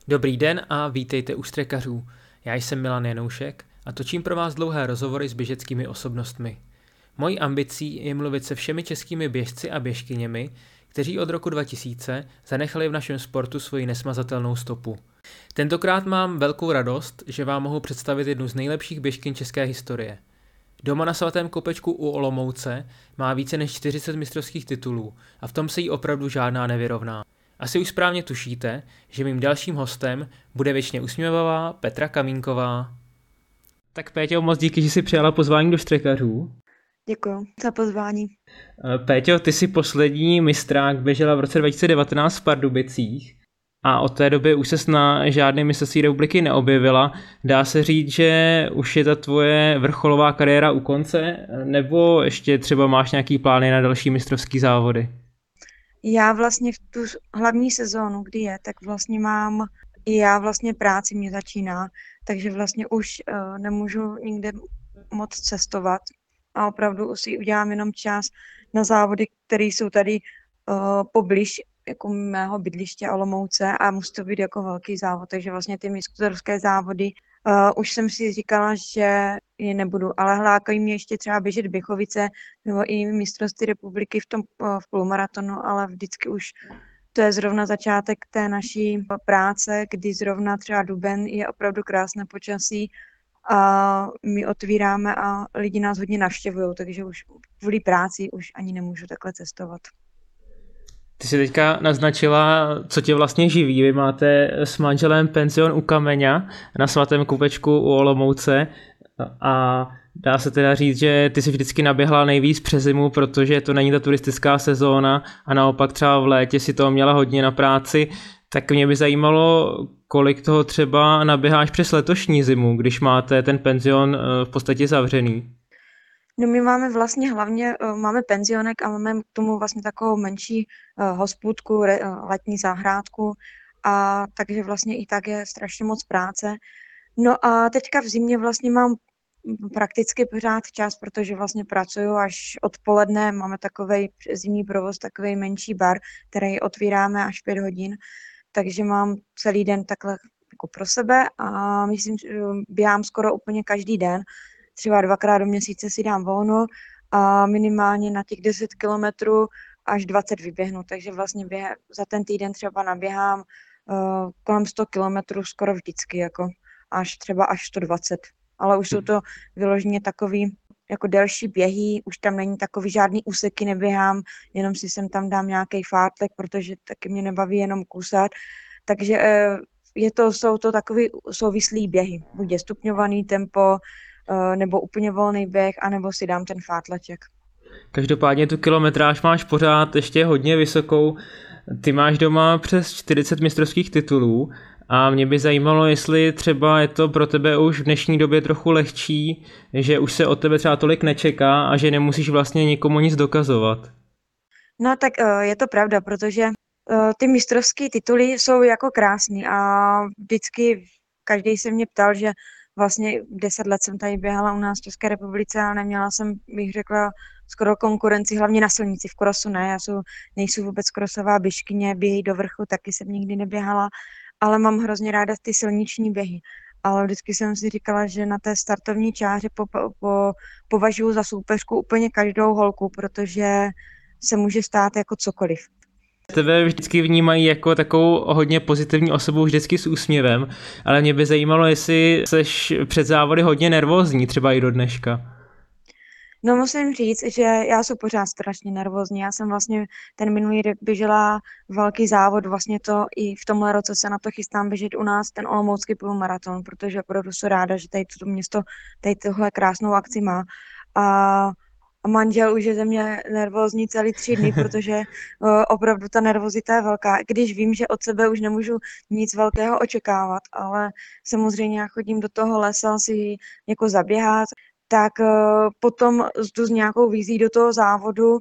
Dobrý den a vítejte u Strekařů. Já jsem Milan Janoušek a točím pro vás dlouhé rozhovory s běžeckými osobnostmi. Mojí ambicí je mluvit se všemi českými běžci a běžkyněmi, kteří od roku 2000 zanechali v našem sportu svoji nesmazatelnou stopu. Tentokrát mám velkou radost, že vám mohu představit jednu z nejlepších běžkyň české historie. Doma na Svatém Kopečku u Olomouce má více než 40 mistrovských titulů a v tom se jí opravdu žádná nevyrovná. Asi už správně tušíte, že mým dalším hostem bude věčně usměvavá Petra Kamínková. Tak Péťo, moc díky, že jsi přijala pozvání do Strekařů. Děkuji za pozvání. Péťo, ty jsi poslední mistrák běžela v roce 2019 v Pardubicích a od té doby už ses na žádné mistrovství republiky neobjevila. Dá se říct, že už je ta tvoje vrcholová kariéra u konce, nebo ještě třeba máš nějaký plány na další mistrovský závody? Já vlastně v tu hlavní sezónu, kdy je, tak vlastně mám i já vlastně práci mě začíná, takže vlastně už nemůžu nikde moc cestovat a opravdu si udělám jenom čas na závody, které jsou tady poblíž jako mého bydliště Olomouce a musí to být jako velký závod, takže vlastně ty mistrovské závody už jsem si říkala, že je nebudu, ale hlákají mě ještě třeba běžet Běchovice nebo i mistrovství republiky v polomaratonu, ale vždycky už to je zrovna začátek té naší práce, kdy zrovna třeba duben je opravdu krásné počasí a my otvíráme a lidi nás hodně navštěvují, takže už kvůli práci už ani nemůžu takhle cestovat. Ty jsi teďka naznačila, co tě vlastně živí. Vy máte s manželem penzion u Kameňa na Svatém Kopečku u Olomouce a dá se teda říct, že ty jsi vždycky naběhla nejvíc přes zimu, protože to není ta turistická sezóna a naopak třeba v létě si toho měla hodně na práci. Tak mě by zajímalo, kolik toho třeba naběháš přes letošní zimu, když máte ten penzion v podstatě zavřený. No my máme vlastně hlavně, máme penzionek a máme k tomu vlastně takovou menší hospůdku, letní zahrádku a takže vlastně i tak je strašně moc práce. No a teďka v zimě vlastně mám prakticky pořád čas, protože vlastně pracuju až odpoledne, máme takovej zimní provoz, takovej menší bar, který otvíráme až 5 hodin, takže mám celý den takhle jako pro sebe a myslím, že běhám skoro úplně každý den, třeba 2krát do měsíce si dám volno a minimálně na těch 10 kilometrů až 20 vyběhnu, takže vlastně za ten týden třeba naběhám kolem 100 kilometrů skoro vždycky, jako až 120, ale už jsou to vyloženě takový jako delší běhy, už tam není takový žádný úseky, neběhám, jenom si sem tam dám nějaký fartlek, protože taky mě nebaví jenom kusat, takže jsou to takový souvislý běhy, buď je stupňovaný tempo, nebo úplně volný běh, anebo si dám ten fátleček. Každopádně tu kilometráž máš pořád ještě hodně vysokou. Ty máš doma přes 40 mistrovských titulů a mě by zajímalo, jestli třeba je to pro tebe už v dnešní době trochu lehčí, že už se od tebe třeba tolik nečeká a že nemusíš vlastně nikomu nic dokazovat. No tak je to pravda, protože ty mistrovské tituly jsou jako krásný a vždycky každý se mě ptal, že vlastně 10 let jsem tady běhala u nás v České republice a neměla jsem, bych řekla, skoro konkurenci, hlavně na silnici, v krosu ne, nejsou vůbec krosová běžkyně, běhy do vrchu, taky jsem nikdy neběhala, ale mám hrozně ráda ty silniční běhy. Ale vždycky jsem si říkala, že na té startovní čáře považuji za soupeřku úplně každou holku, protože se může stát jako cokoliv. Tebe vždycky vnímají jako takovou hodně pozitivní osobu, vždycky s úsměvem, ale mě by zajímalo, jestli seš před závody hodně nervózní, třeba i do dneška. No musím říct, že já jsem pořád strašně nervózní. Já jsem vlastně ten minulý rok běžela velký závod, vlastně to i v tomhle roce se na to chystám běžet u nás, ten olomoucký půlmaraton, protože opravdu jsem ráda, že tady toto město tady tohle krásnou akci má. A manžel už je ze mě nervózní celý 3 dny, protože opravdu ta nervozita je velká, když vím, že od sebe už nemůžu nic velkého očekávat, ale samozřejmě já chodím do toho lesa si jako zaběhat, tak potom jdu s nějakou vizí do toho závodu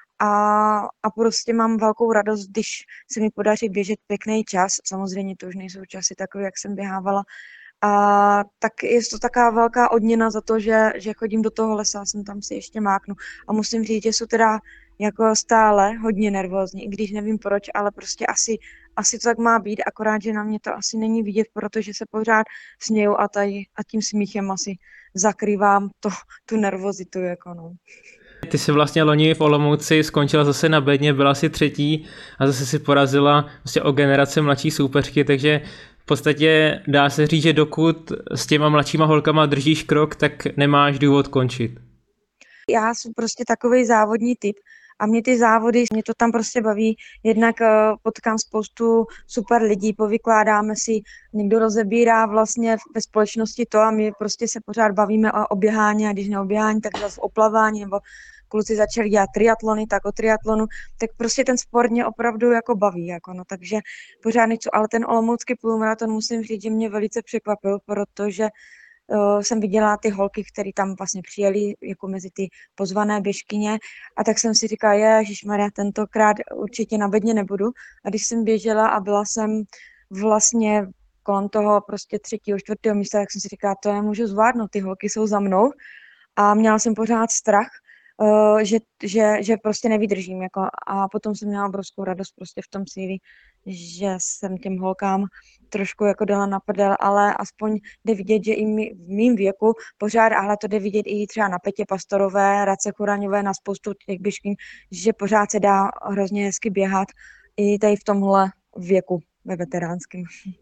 a prostě mám velkou radost, když se mi podaří běžet pěkný čas. Samozřejmě to už nejsou časy takové, jak jsem běhávala. A tak je to taková velká odměna za to, že chodím do toho lesa, jsem tam si ještě máknu. A musím říct, že jsou teda jako stále hodně nervózní, i když nevím proč, ale prostě asi to tak má být, akorát, že na mě to asi není vidět, protože se pořád směju a tím smíchem asi zakrývám tu nervozitu, jako no. Ty jsi vlastně loni v Olomouci skončila zase na bedně, byla si třetí a zase si porazila vlastně o generace mladší soupeřky, takže v podstatě dá se říct, že dokud s těma mladšíma holkama držíš krok, tak nemáš důvod končit. Já jsem prostě takový závodní typ a mě ty závody, mě to tam prostě baví. Jednak potkám spoustu super lidí, povykládáme si, někdo rozebírá vlastně ve společnosti to a my prostě se pořád bavíme o běhání a když ne o běhání, tak zase o plavání nebo kluci začali dělat triatlony, tak o triatlonu, tak prostě ten sport mě opravdu jako baví, jako no, takže pořád něco, ale ten olomoucký půlmaraton musím říct, že mě velice překvapil, protože jsem viděla ty holky, které tam vlastně přijeli jako mezi ty pozvané běžkyně a tak jsem si říkala, ježišmarja, tentokrát určitě na bedně nebudu. A když jsem běžela a byla jsem vlastně kolem toho prostě 3., 4. místa, tak jsem si říkala, to nemůžu zvládnout, ty holky jsou za mnou a měla jsem pořád strach, že prostě nevydržím. Jako, a potom jsem měla obrovskou radost prostě v tom cíli, že jsem těm holkám trošku jako dala na prdel, ale aspoň jde vidět, že i v mým věku pořád, ale to jde vidět i třeba na Petě Pastorové, Radce Churaňové, na spoustu těch běžkyň, že pořád se dá hrozně hezky běhat i tady v tomhle věku ve veteránském.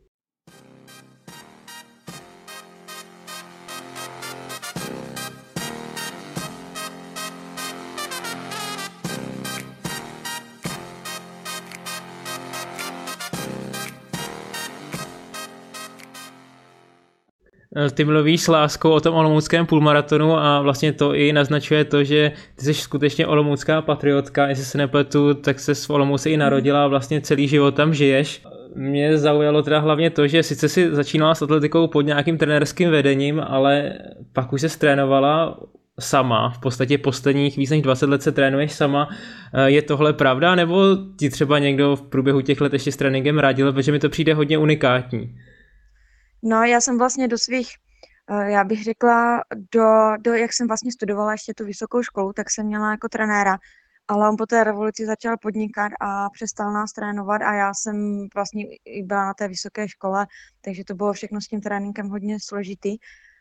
Ty mluvíš s láskou o tom olomouckém půlmaratonu a vlastně to i naznačuje to, že ty jsi skutečně olomoucká patriotka, jestli se nepletu, tak se v Olomouci i narodila a vlastně celý život tam žiješ. Mě zaujalo teda hlavně to, že sice si začínala s atletikou pod nějakým trenérským vedením, ale pak už se trénovala sama, v podstatě posledních víc než 20 let se trénuješ sama. Je tohle pravda, nebo ti třeba někdo v průběhu těch let ještě s tréninkem radil, protože mi to přijde hodně unikátní? No, já jsem vlastně do svých, já bych řekla, jak jsem vlastně studovala ještě tu vysokou školu, tak jsem měla jako trenéra, ale on po té revoluci začal podnikat a přestal nás trénovat a já jsem vlastně i byla na té vysoké škole, takže to bylo všechno s tím tréninkem hodně složitý.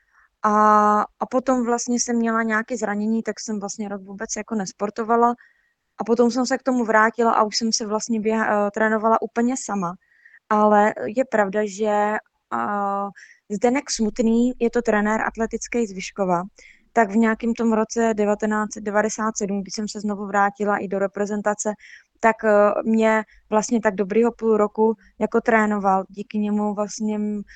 A potom vlastně jsem měla nějaké zranění, tak jsem vlastně rok vůbec jako nesportovala a potom jsem se k tomu vrátila a už jsem se vlastně trénovala úplně sama. Ale je pravda, že Zdeněk Smutný, je to trenér atletický z Vyškova, tak v nějakém tom roce 1997, když jsem se znovu vrátila i do reprezentace, tak mě vlastně tak dobrýho půl roku jako trénoval. Díky němu vlastně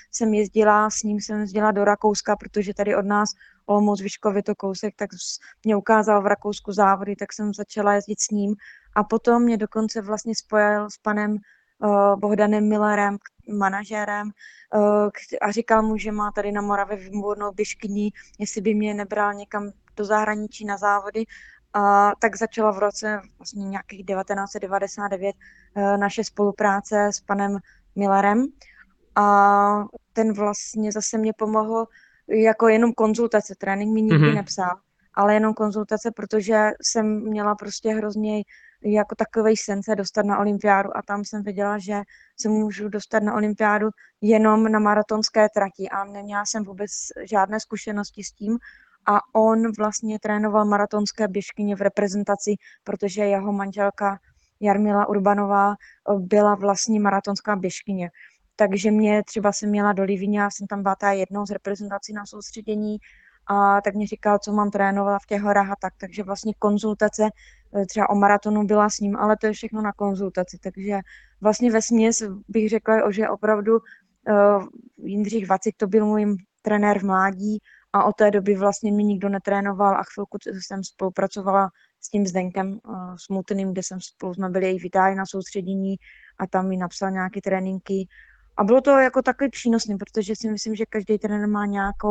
s ním jsem jezdila do Rakouska, protože tady od nás Olomouc Vyškov je to kousek, tak mě ukázal v Rakousku závody, tak jsem začala jezdit s ním a potom mě dokonce vlastně spojil s panem Bohdanem Millerem, manažérem, a říkal mu, že má tady na Moravě výbornou běžkyni, jestli by mě nebral někam do zahraničí na závody. A tak začala v roce vlastně nějakých 1999 naše spolupráce s panem Millerem. A ten vlastně zase mě pomohl jako jenom konzultace. Trénink mi nikdy nepsal, ale jenom konzultace, protože jsem měla prostě hrozně jako takovej sen se dostat na olympiádu a tam jsem věděla, že se můžu dostat na olympiádu jenom na maratonské trati a neměla jsem vůbec žádné zkušenosti s tím a on vlastně trénoval maratonské běžkyně v reprezentaci, protože jeho manželka Jarmila Urbanová byla vlastně maratonská běžkyně. Takže mě třeba jsem měla do Livíně, já jsem tam byla jednou z reprezentací na soustředění a tak mě říkal, co mám trénovat v těch horách a tak. Takže vlastně konzultace třeba o maratonu byla s ním, ale to je všechno na konzultaci. Takže vlastně vesměs bych řekla, že opravdu Jindřich Vacik to byl můj trenér v mládí a od té doby vlastně mě nikdo netrénoval a chvilku jsem spolupracovala s tím Zdenkem Smutným, kde jsme byli i v Itálii na soustředění a tam mi napsal nějaké tréninky. A bylo to jako takový přínosný, protože si myslím, že každý trenér má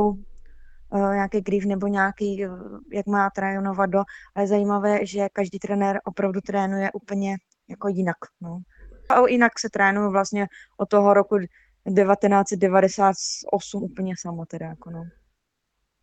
nějaký grif nebo nějaký, jak má trénovat ale je zajímavé, že každý trenér opravdu trénuje úplně jako jinak. No. A jinak se trénuje vlastně od toho roku 1998 úplně samo teda. Jako no.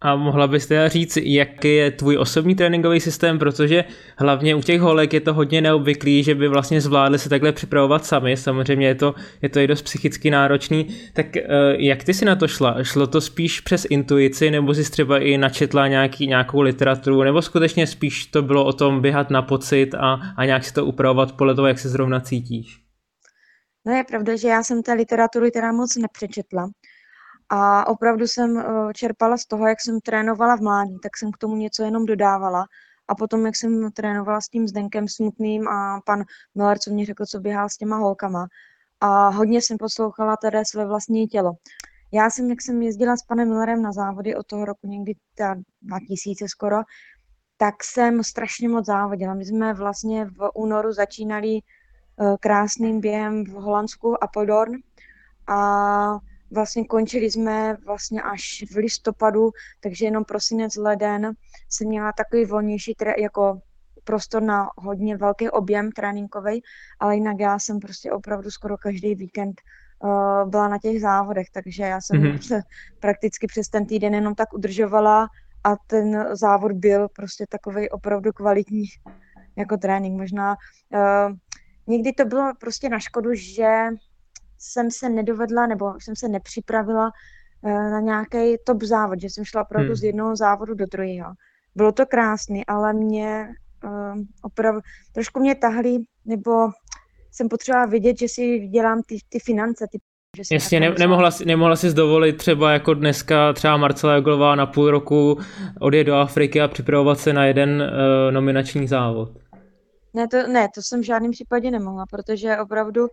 A mohla byste říct, jaký je tvůj osobní tréninkový systém, protože hlavně u těch holek je to hodně neobvyklý, že by vlastně zvládli se takhle připravovat sami, samozřejmě je to i dost psychicky náročný, tak jak ty si na to šla? Šlo to spíš přes intuici, nebo jsi třeba i načetla nějakou literaturu, nebo skutečně spíš to bylo o tom běhat na pocit a nějak si to upravovat podle toho, jak se zrovna cítíš? No je pravda, že já jsem té literatury teda moc nepřečetla. A opravdu jsem čerpala z toho, jak jsem trénovala v mládí, tak jsem k tomu něco jenom dodávala. A potom, jak jsem trénovala s tím Zdenkem Smutným a pan Miller, co mě řekl, co běhal s těma holkama. A hodně jsem poslouchala teda své vlastní tělo. Já jsem, jak jsem jezdila s panem Millerem na závody od toho roku někdy 2000 skoro, tak jsem strašně moc závodila. My jsme vlastně v únoru začínali krásným během v Holandsku Apeldoorn a vlastně končili jsme vlastně až v listopadu, takže jenom prosinec, leden jsem měla takový volnější jako prostor na hodně velký objem tréninkový, ale jinak já jsem prostě opravdu skoro každý víkend byla na těch závodech, takže já jsem se prakticky přes ten týden jenom tak udržovala a ten závod byl prostě takovej opravdu kvalitní jako trénink. Možná někdy to bylo prostě na škodu, že jsem se nedovedla nebo jsem se nepřipravila na nějaký top závod, že jsem šla opravdu z jednoho závodu do druhého. Bylo to krásný, ale mě opravdu trošku mě tahly, nebo jsem potřebovala vidět, že si dělám ty finance. Jasně, nemohla si dovolit třeba jako dneska třeba Marcela Joglová na půl roku odjet do Afriky a připravovat se na jeden nominační závod. To jsem v žádném případě nemohla, protože opravdu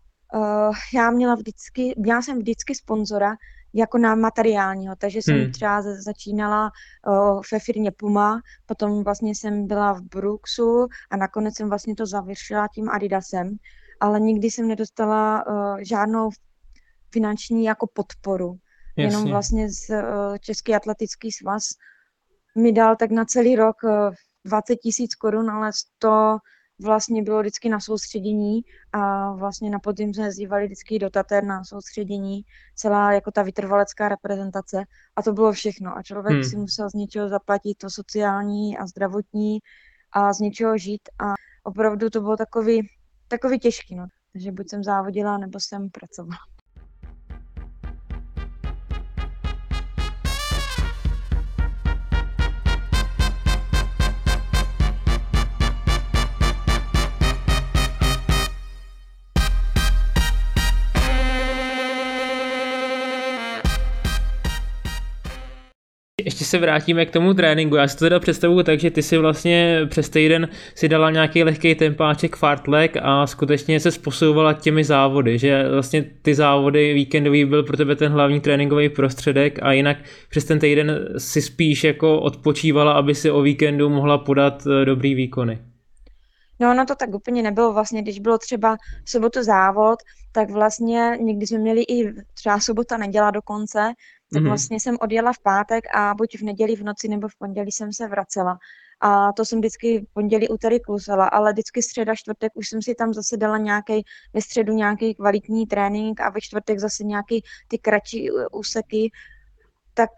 já jsem vždycky sponzora jako na materiálního, takže jsem třeba začínala ve firmě Puma, potom vlastně jsem byla v Brooksu a nakonec jsem vlastně to završila tím Adidasem, ale nikdy jsem nedostala žádnou finanční jako podporu. Jasně. Jenom vlastně z Český atletický svaz mi dal tak na celý rok 20 000 korun, ale to vlastně bylo vždycky na soustředění a vlastně na podzim jsme jezdívali vždycky do Tater na soustředění, celá jako ta vytrvalecká reprezentace a to bylo všechno a člověk si musel z něčeho zaplatit to sociální a zdravotní a z něčeho žít a opravdu to bylo takový těžký, no. Takže buď jsem závodila, nebo jsem pracovala. Ještě se vrátíme k tomu tréninku. Já si to teda představuju tak, že ty si vlastně přes týden si dala nějaký lehký tempáček fartlek a skutečně se posouvala těmi závody, že vlastně ty závody víkendový byl pro tebe ten hlavní tréninkový prostředek a jinak přes ten týden si spíš jako odpočívala, aby si o víkendu mohla podat dobrý výkony. No, ono to tak úplně nebylo vlastně, když bylo třeba v sobotu závod, tak vlastně někdy jsme měli i třeba sobota, neděla dokonce, tak vlastně jsem odjela v pátek a buď v neděli v noci nebo v pondělí jsem se vracela. A to jsem vždycky v pondělí, úterý klusala, ale vždycky středa, čtvrtek už jsem si tam zase dala ve středu nějaký kvalitní trénink a ve čtvrtek zase nějaký ty kratší úseky. Tak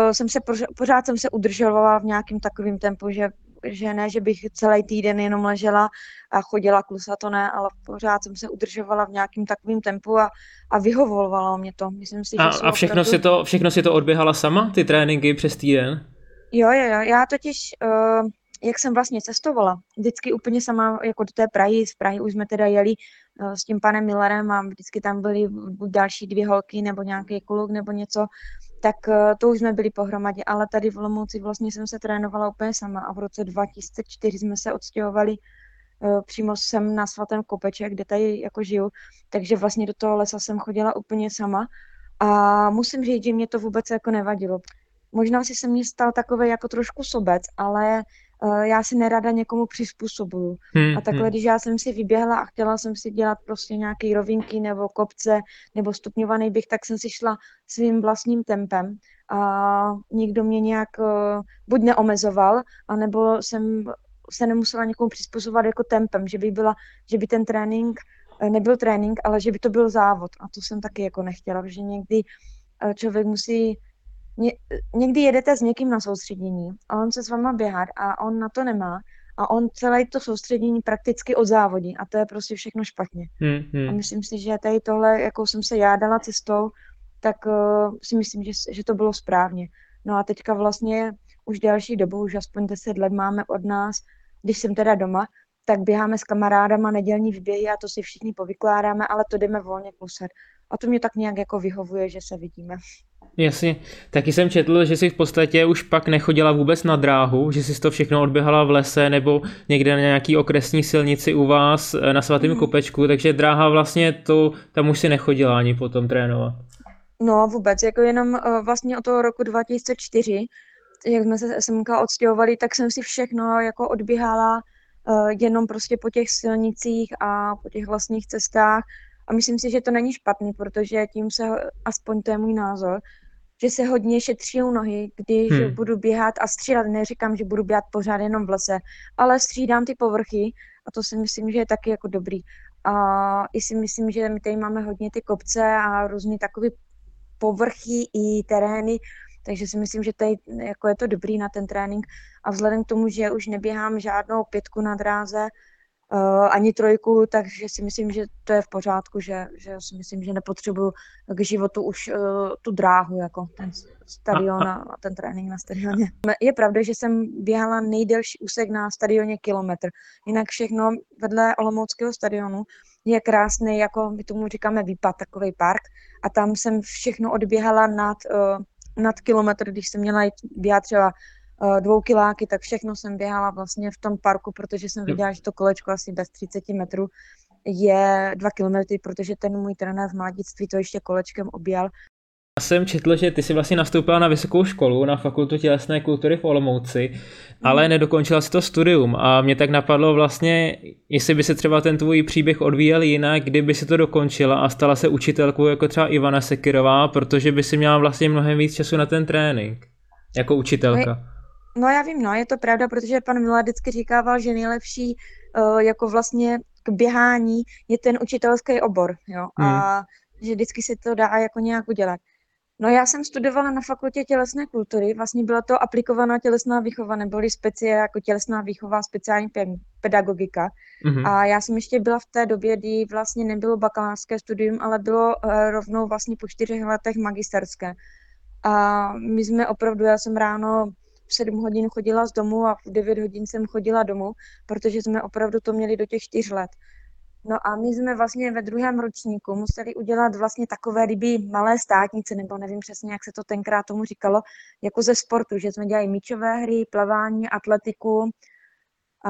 pořád jsem se udržovala v nějakém takovém tempu, že ne, že bych celý týden jenom ležela a chodila klusat, to ne, ale pořád jsem se udržovala v nějakém takovém tempu a vyhovovalo mě to. Myslím si, že všechno si to odběhala sama, ty tréninky přes týden? Jo, já totiž, jak jsem vlastně cestovala, vždycky úplně sama jako do té Prahy, z Prahy už jsme teda jeli s tím panem Millerem a vždycky tam byly buď další 2 holky nebo nějaký kluk nebo něco, tak to už jsme byli pohromadě, ale tady v Olomouci vlastně jsem se trénovala úplně sama a v roce 2004 jsme se odstěhovali přímo sem na Svatém Kopeček, kde tady jako žiju, takže vlastně do toho lesa jsem chodila úplně sama a musím říct, že mě to vůbec jako nevadilo. Možná si se mě stal takový jako trošku sobec, ale já si nerada někomu přizpůsobuju. A takhle, když já jsem si vyběhla a chtěla jsem si dělat prostě nějaké rovinky nebo kopce nebo stupňovaný běh, tak jsem si šla svým vlastním tempem a nikdo mě nějak buď neomezoval, anebo jsem se nemusela někomu přizpůsobovat jako tempem, že by ten trénink nebyl trénink, ale že by to byl závod. A to jsem taky jako nechtěla, protože někdy člověk musí Ně, někdy jedete s někým na soustředění a on se s váma běhat a on na to nemá a on celé to soustředění prakticky odzávodí a to je prostě všechno špatně. A Hmm. myslím si, že tady tohle, jakou jsem se já dala cestou, tak si myslím, že to bylo správně. No a teďka vlastně už delší dobu, už aspoň 10 let máme od nás, když jsem teda doma, tak běháme s kamarádama nedělní výběhy a to si všichni povykládáme, ale to jdeme volně kusat. A to mě tak nějak jako vyhovuje, že se vidíme. Jasně, taky jsem četl, že jsi v podstatě už pak nechodila vůbec na dráhu, že jsi to všechno odběhala v lese nebo někde na nějaký okresní silnici u vás na Svatém Mhm. Kopečku, takže dráha vlastně to, tam už si nechodila ani potom trénovat. No vůbec, jako jenom vlastně od toho roku 2004, jak jsme se SMK odstěhovali, tak jsem si všechno jako odběhala jenom prostě po těch silnicích a po těch vlastních cestách. A myslím si, že to není špatný, protože tím se, aspoň to je můj názor, že se hodně šetří nohy, když Hmm. budu běhat a střídat. Neříkám, že budu běhat pořád jenom v lese, ale střídám ty povrchy a to si myslím, že je taky jako dobrý. A i si myslím, že my tady máme hodně ty kopce a různý takový povrchy i terény, takže si myslím, že tady jako je to dobrý na ten trénink a vzhledem k tomu, že už neběhám žádnou 5 na dráze, ani 3, takže si myslím, že to je v pořádku, že si myslím, že nepotřebuju k životu už tu dráhu, jako ten A, stadion a, a ten trénink na stadioně. Je pravda, že jsem běhala nejdelší úsek na stadioně kilometr. Jinak všechno vedle Olomouckého stadionu je krásný, jako my tomu říkáme výpad, takový park. A tam jsem všechno odběhala nad kilometr, když jsem měla jít běhat třeba 2 kiláky, tak všechno jsem běhala vlastně v tom parku, protože jsem viděla, že to kolečko asi bez 30 metrů je 2 kilometry, protože ten můj trenér v mladictví to ještě kolečkem objel. Já jsem četl, že ty jsi vlastně nastoupila na vysokou školu, na Fakultu tělesné kultury v Olomouci, ale Mhm. nedokončila si to studium a mě tak napadlo vlastně, jestli by se třeba ten tvůj příběh odvíjel jinak, kdyby si to dokončila a stala se učitelkou jako třeba Ivana Sekirová, protože by si měla vlastně mnohem víc času na ten trénink, jako No, učitelka. no já vím, no, je to pravda, protože pan Mila vždycky říkával, že nejlepší jako vlastně k běhání je ten učitelský obor, jo, Hmm. a že vždycky se to dá jako nějak udělat. No já jsem studovala na Fakultě tělesné kultury, vlastně byla to aplikovaná tělesná výchova, neboli jako tělesná výchova, speciální pedagogika. Mhm. A já jsem ještě byla v té době, kdy vlastně nebylo bakalářské studium, ale bylo rovnou vlastně po 4 letech magisterské. A my jsme opravdu, já jsem ráno v 7 hodin chodila z domu a v 9 hodin jsem chodila domů, protože jsme opravdu to měli do těch 4 let. No a my jsme vlastně ve 2. ročníku museli udělat vlastně takové kdyby malé státnice, nebo nevím přesně, jak se to tenkrát tomu říkalo, jako ze sportu, že jsme dělali míčové hry, plavání, atletiku a,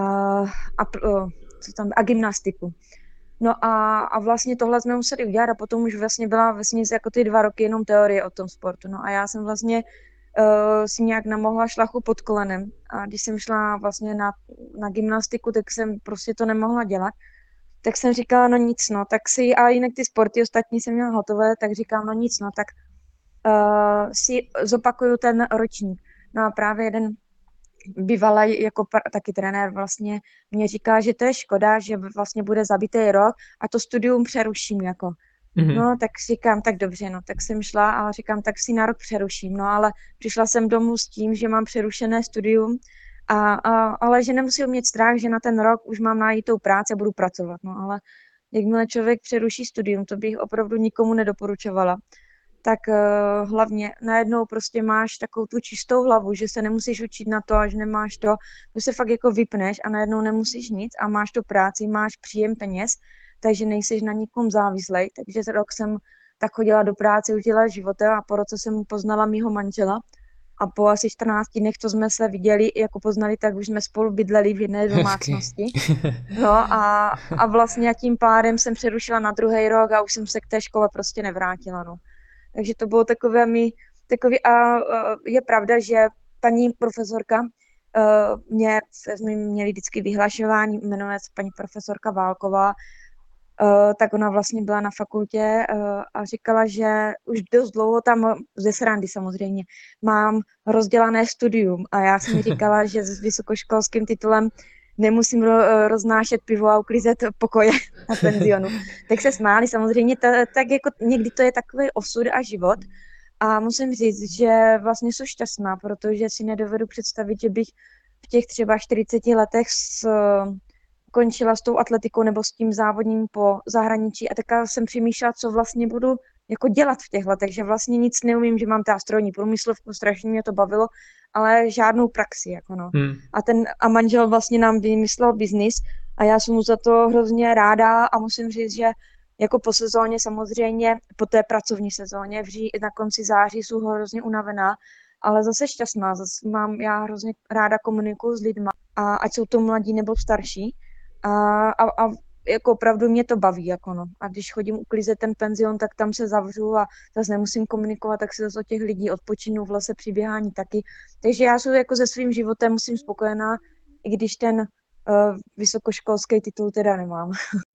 co tam, a gymnastiku. No a vlastně tohle jsme museli udělat a potom už vlastně byla vlastně jako ty 2 roky jenom teorie o tom sportu. No a já jsem vlastně si nějak namohla šlachu pod kolenem a když jsem šla vlastně na gymnastiku, tak jsem prostě to nemohla dělat. Tak jsem říkala, no nic, no, tak si, a jinak ty sporty ostatní jsem měla hotové, tak říkám, no nic, no, tak si zopakuju ten ročník. No a právě jeden bývalý jako taky trenér vlastně mě říká, že to je škoda, že vlastně bude zabitý rok a to studium přeruším jako. Mhm. No, tak říkám, tak dobře, no, tak jsem šla a říkám, tak si na rok přeruším, no, ale přišla jsem domů s tím, že mám přerušené studium, ale že nemusím mít strach, že na ten rok už mám najitou práci a budu pracovat, no, ale jakmile člověk přeruší studium, to bych opravdu nikomu nedoporučovala, tak hlavně najednou prostě máš takovou tu čistou hlavu, že se nemusíš učit na to, až nemáš to, že se fakt jako vypneš a najednou nemusíš nic a máš tu práci, máš příjem peněz, takže nejseš na nikom závislej, takže za rok jsem tak chodila do práce, užila života a po roce jsem poznala mýho manžela a po asi 14 dnech, co jsme se viděli, jako poznali, tak už jsme spolu bydleli v jedné Hezky. domácnosti. No a vlastně tím pádem jsem přerušila na 2. rok a už jsem se k té škole prostě nevrátila, no. Takže to bylo takový a je pravda, že paní profesorka jsme měli vždycky vyhlašování, jmenuje se paní profesorka Válková, tak ona vlastně byla na fakultě a říkala, že už dost dlouho tam, ze srandy samozřejmě, mám rozdělané studium a já jsem mi říkala, že s vysokoškolským titulem nemusím roznášet pivo a uklízet pokoje na penzionu. Tak se smáli samozřejmě, tak jako někdy to je takový osud a život, A musím říct, že vlastně jsem šťastná, protože si nedovedu představit, že bych v těch třeba 40 letech končila s tou atletikou nebo s tím závodním po zahraničí a teďka jsem přemýšlela, co vlastně budu jako dělat v těch letech, že vlastně nic neumím, že mám ta strojní průmyslovku, strašně mě to bavilo, ale žádnou praxi, jako no. Hmm. A manžel vlastně nám vymyslel biznis a já jsem mu za to hrozně ráda a musím říct, že jako po sezóně samozřejmě, po té pracovní sezóně, na konci září jsou hrozně unavená, ale zase šťastná, já hrozně ráda komunikuju s lidma, a ať jsou to mladí nebo starší, a jako opravdu mě to baví, jako no. A když chodím uklízet ten penzion, tak tam se zavřu a zase nemusím komunikovat, tak si zase od těch lidí odpočinu, v lese při běhání taky. Takže já jsem jako se svým životem musím spokojená, i když ten vysokoškolský titul teda nemám.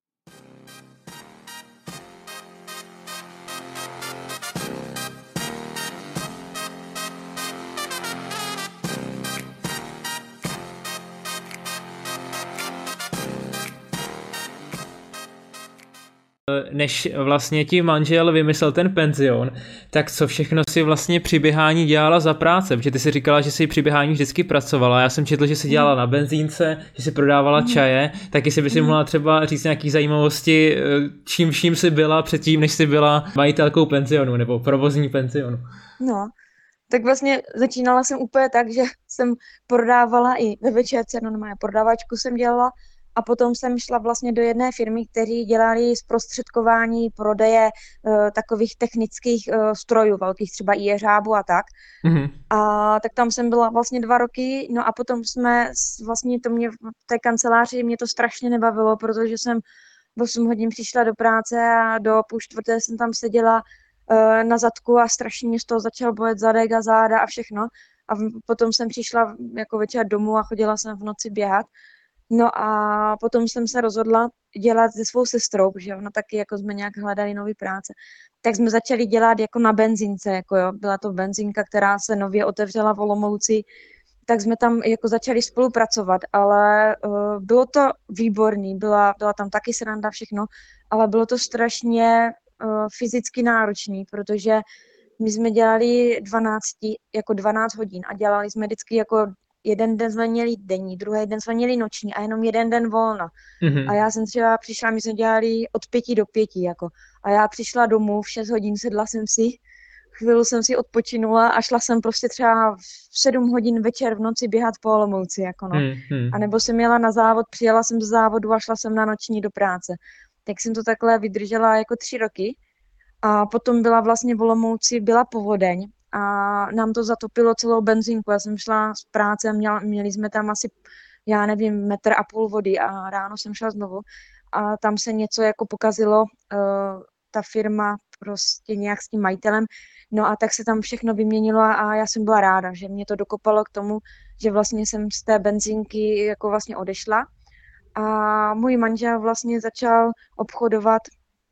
Než vlastně ti manžel vymyslel ten penzion, tak co všechno si vlastně při běhání dělala za práce? Protože ty si říkala, že si při běhání vždycky pracovala. Já jsem četl, že si dělala na benzínce, že si prodávala čaje. Tak jestli by si mohla třeba říct nějaký zajímavosti, čím vším si byla předtím, než si byla majitelkou penzionu nebo provozní penzionu. No, tak vlastně začínala jsem úplně tak, že jsem prodávala i ve večerce, normálně prodavačku jsem dělala, a potom jsem šla vlastně do jedné firmy, které dělali zprostředkování prodeje takových technických strojů, velkých třeba i jeřábu a tak. Mm-hmm. A tak tam jsem byla vlastně 2 roky, no a potom vlastně to mě v té kanceláři mě to strašně nebavilo, protože jsem v 8 hodin přišla do práce a do 3:30 jsem tam seděla na zadku a strašně mě z toho začal bolet zadek a záda a všechno. A potom jsem přišla jako večer domů a chodila jsem v noci běhat. No a potom jsem se rozhodla dělat se svou sestrou, protože ona taky jako jsme nějak hledali nový práce. Tak jsme začali dělat jako na benzínce, jako jo. Byla to benzínka, která se nově otevřela v Olomouci, tak jsme tam jako začali spolupracovat, ale bylo to výborný, byla tam taky sranda, všechno, ale bylo to strašně fyzicky náročný, protože my jsme dělali 12 hodin a dělali jsme vždycky jako jeden den jsme měli denní, druhý den jsme měli noční a jenom jeden den volna. Mm-hmm. A já jsem třeba přišla, my jsme dělali od 5 do 5, jako. A já přišla domů v 6 hodin, sedla jsem si, chvíli jsem si odpočinula a šla jsem prostě třeba v 7 hodin večer v noci běhat po Olomouci, jako no. A nebo jsem jela na závod, přijela jsem z závodu a šla jsem na noční do práce. Tak jsem to takhle vydržela jako 3 roky. A potom byla vlastně v Olomouci, byla povodeň a nám to zatopilo celou benzínku. Já jsem šla z práce a měli jsme tam asi, já nevím, 1,5 metru vody a ráno jsem šla znovu a tam se něco jako pokazilo, ta firma prostě nějak s tím majitelem, no a tak se tam všechno vyměnilo a já jsem byla ráda, že mě to dokopalo k tomu, že vlastně jsem z té benzínky jako vlastně odešla a můj manžel vlastně začal obchodovat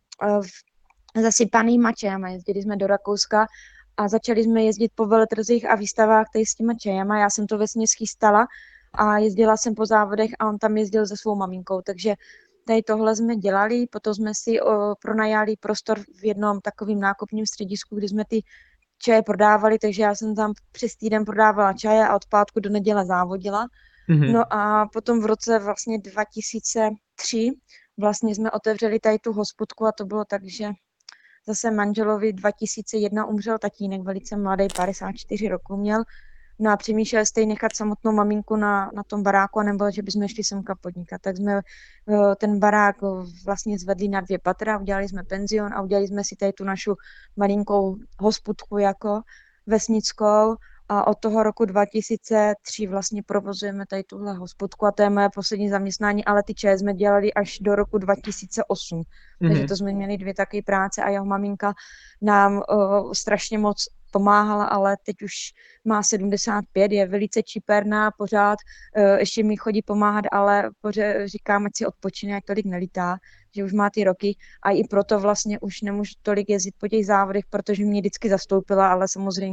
zasypanýma čajama. Jezdili jsme do Rakouska a začali jsme jezdit po veletrzích a výstavách tady s těma čajama. Já jsem to vesměs chystala a jezdila jsem po závodech a on tam jezdil se svou maminkou, takže tady tohle jsme dělali, potom jsme si pronajali prostor v jednom takovým nákupním středisku, kdy jsme ty čaje prodávali, takže já jsem tam přes týden prodávala čaje a od pátku do neděle závodila. Mm-hmm. No a potom v roce vlastně 2003 vlastně jsme otevřeli tady tu hospodku a to bylo tak, že zase manželovi 2001 umřel tatínek, velice mladý, 54 roku měl. No a přemýšleli jste nechat samotnou maminku na tom baráku, nebo že bychom šli semka podnikat. Tak jsme ten barák vlastně zvedli na 2 patra, udělali jsme penzion a udělali jsme si tady tu našu malinkou hospodku jako vesnickou. A od toho roku 2003 vlastně provozujeme tady tuhle hospodku a to je moje poslední zaměstnání, ale ty čaje jsme dělali až do roku 2008. Takže to jsme měli 2 takové práce a jeho maminka nám strašně moc pomáhala, ale teď už má 75, je velice čiperná, pořád ještě mi chodí pomáhat, ale pořád říkám, ať si odpočine, jak tolik nelítá, že už má ty roky a i proto vlastně už nemůžu tolik jezdit po těch závodech, protože mě vždycky zastoupila, ale samozřejmě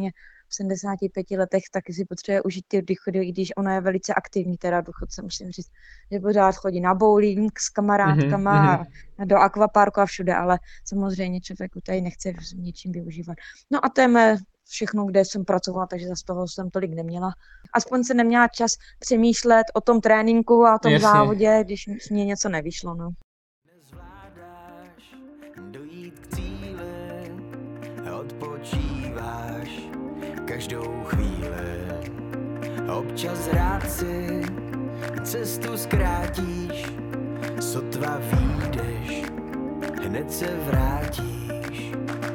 v 75 letech taky si potřebuje užít ty důchody, i když ona je velice aktivní, teda důchodce, musím říct, že pořád chodí na bowling s kamarádkama a do akvaparku a všude, ale samozřejmě člověku tady nechce ničím využívat. No a to je mé všechno, kde jsem pracovala, takže z toho jsem tolik neměla. Aspoň se neměla čas přemýšlet o tom tréninku a o tom závodě, když mě něco nevyšlo. No. Nezvládáš dojít k cíli, odpočíváš každou chvíli. Občas rád si cestu zkrátíš, sotva vyjdeš, hned se vrátíš.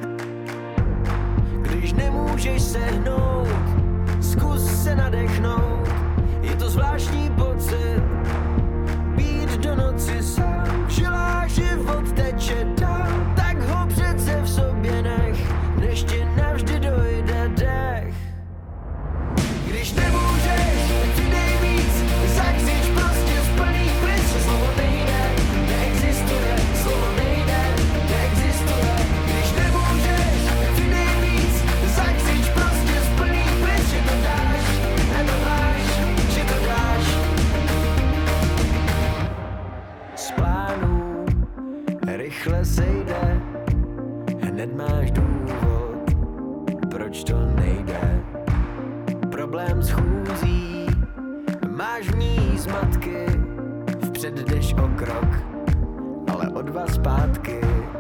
Když nemůžeš sehnout, zkus se nadechnout, je to zvláštní pocit, být do noci sám, žilá život teče dál, tak ho přece v sobě nech, než ti navždy dojde dech. Když nemůžeš, tak přidej víc, zakřič prostě z plných plic, že slovo nejde, neexistuje, slovo nejde, neexistuje. Když nemůžeš, tak přidej víc, zakřič prostě z plných plic, že to dáš, nedováš, že to dáš. Z plánů rychle sejde, hned máš důvod, proč to nejde. Problém s chůzí, máš v ní zmatky, vpřed jdeš o krok, ale o dva zpátky.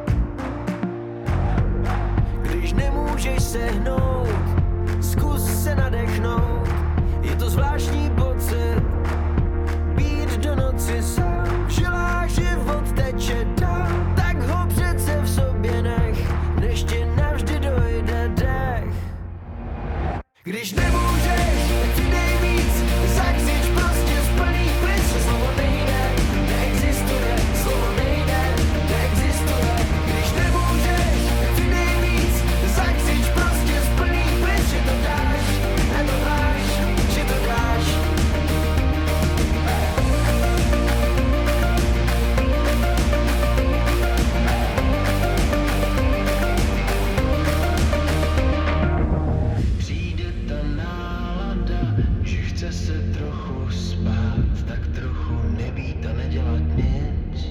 Když nemůžeš sehnout, zkus se nadechnout, je to zvláštní pocit, být do noci sám, žilá život teče dál, tak ho přece v sobě nech, než ti navždy dojde dech. Když nemůžeš, tak přidej víc, zakřič prostě z plných plic, že slovo nejde, neexistuje, slovo nejde, neexistuje. Když nemůžeš, tak přidej víc, zakřič prostě z plných plic, že to dáš, nedováš, že to dáš. Přijde ta nálada, že chce se trochu spát, tak trochu nebýt a nedělat nic.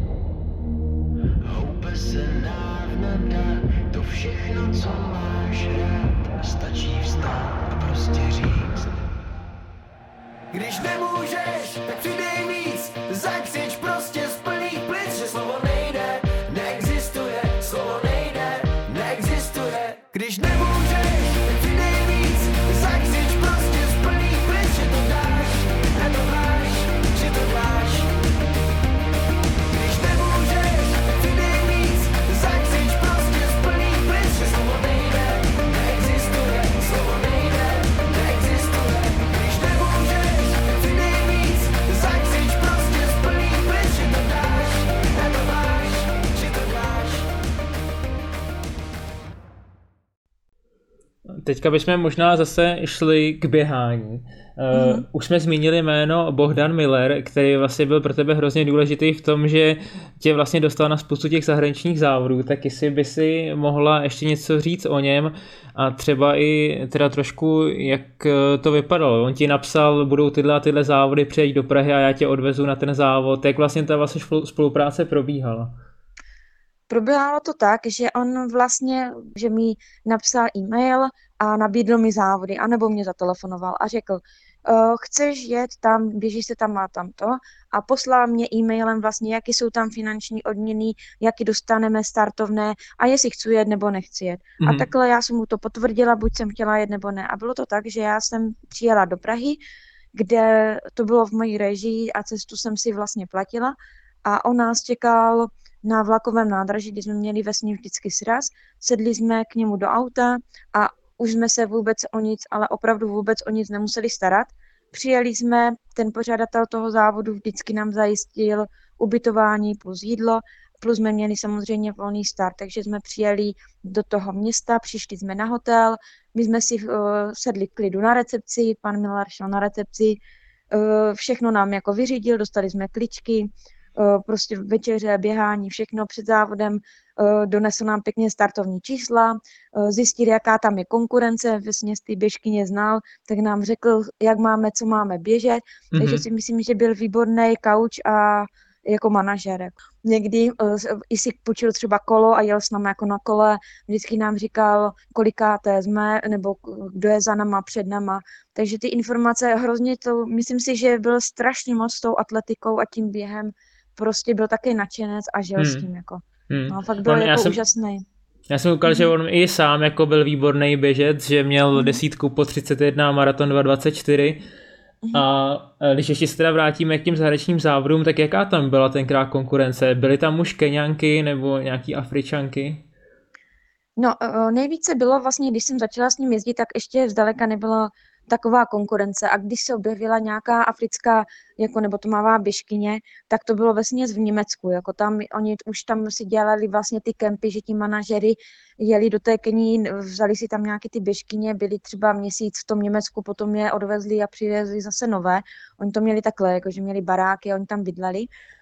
Houpe se návnada, to všechno, co máš rád, stačí vstát a prostě říct. Když nemůžeš, tak přidej víc, zakřič prostě z plných plic, že slovo nejde, neexistuje, slovo nejde, neexistuje. Když nemůžeš, tak přidej víc, zakřič prostě z plných plic, že to dáš, nedováš, že to dáš. Když nemůžeš, tak přidej víc, zakřič prostě z plných plic, že slovo nejde, neexistuje, slovo nejde, neexistuje. Když nemůžeš, tak přidej víc, zakřič prostě z plných plic, že to dáš, nedováš, že to dáš. Teďka bychom možná zase šli k běhání. Už jsme zmínili jméno Bohdan Miller, který vlastně byl pro tebe hrozně důležitý v tom, že tě vlastně dostal na spoustu těch zahraničních závodů, tak jestli by si mohla ještě něco říct o něm a třeba i teda trošku, jak to vypadalo. On ti napsal, budou tyhle a tyhle závody, přijeď do Prahy a já tě odvezu na ten závod. Jak vlastně ta vlastně spolupráce probíhala? Proběhalo to tak, že on vlastně, že mi napsal e-mail a nabídl mi závody, anebo mě zatelefonoval a řekl, chceš jet tam, běžíš se tam a tamto a poslal mě e-mailem vlastně, jaký jsou tam finanční odměny, jaký dostaneme startovné a jestli chci jet nebo nechci jet. A takhle já jsem mu to potvrdila, buď jsem chtěla jet nebo ne. A bylo to tak, že já jsem přijela do Prahy, kde to bylo v mojí režii a cestu jsem si vlastně platila a on nás čekal na vlakovém nádraží, kdy jsme měli vesně vždycky sraz, sedli jsme k němu do auta a už jsme se vůbec o nic, ale opravdu vůbec o nic nemuseli starat. Přijeli jsme, ten pořadatel toho závodu vždycky nám zajistil ubytování plus jídlo, plus jsme měli samozřejmě volný start, takže jsme přijeli do toho města, přišli jsme na hotel, my jsme si sedli v klidu na recepci, pan Miller šel na recepci, všechno nám jako vyřídil, dostali jsme kličky, prostě večeře, běhání, všechno před závodem donesl nám pěkně startovní čísla, zjistil, jaká tam je konkurence, vlastně z té běžkyně znal, tak nám řekl, jak máme, co máme běžet, takže si myslím, že byl výborný kauč a jako manažer. Někdy i si půjčil třeba kolo a jel s námi jako na kole, vždycky nám říkal, kolikáté jsme, nebo kdo je za náma, před náma. Takže ty informace hrozně to, myslím si, že byl strašně moc s tou atletikou a tím během, prostě byl taky nadšenec a žil s tím jako. No, fakt byl jako úžasný. Já jsem koukal, že on i sám jako byl výborný běžec, že měl 10 po 31 a maraton 2,24. A když ještě se teda vrátíme k těm zahraničním závodům, tak jaká tam byla tenkrát konkurence? Byly tam už Keňanky nebo nějaký Afričanky? No, nejvíce bylo vlastně, když jsem začala s ním jezdit, tak ještě zdaleka nebyla taková konkurence. A když se objevila nějaká africká jako nebo tmavá běžkyně, tak to bylo vesměs v Německu. Jako tam, oni už tam si dělali vlastně ty kempy, že ti manažeři jeli do té Keni, vzali si tam nějaké ty běžkyně, byli třeba měsíc v tom Německu, potom je odvezli a přivezli zase nové. Oni to měli takhle, jako že měli baráky, oni tam bydleli.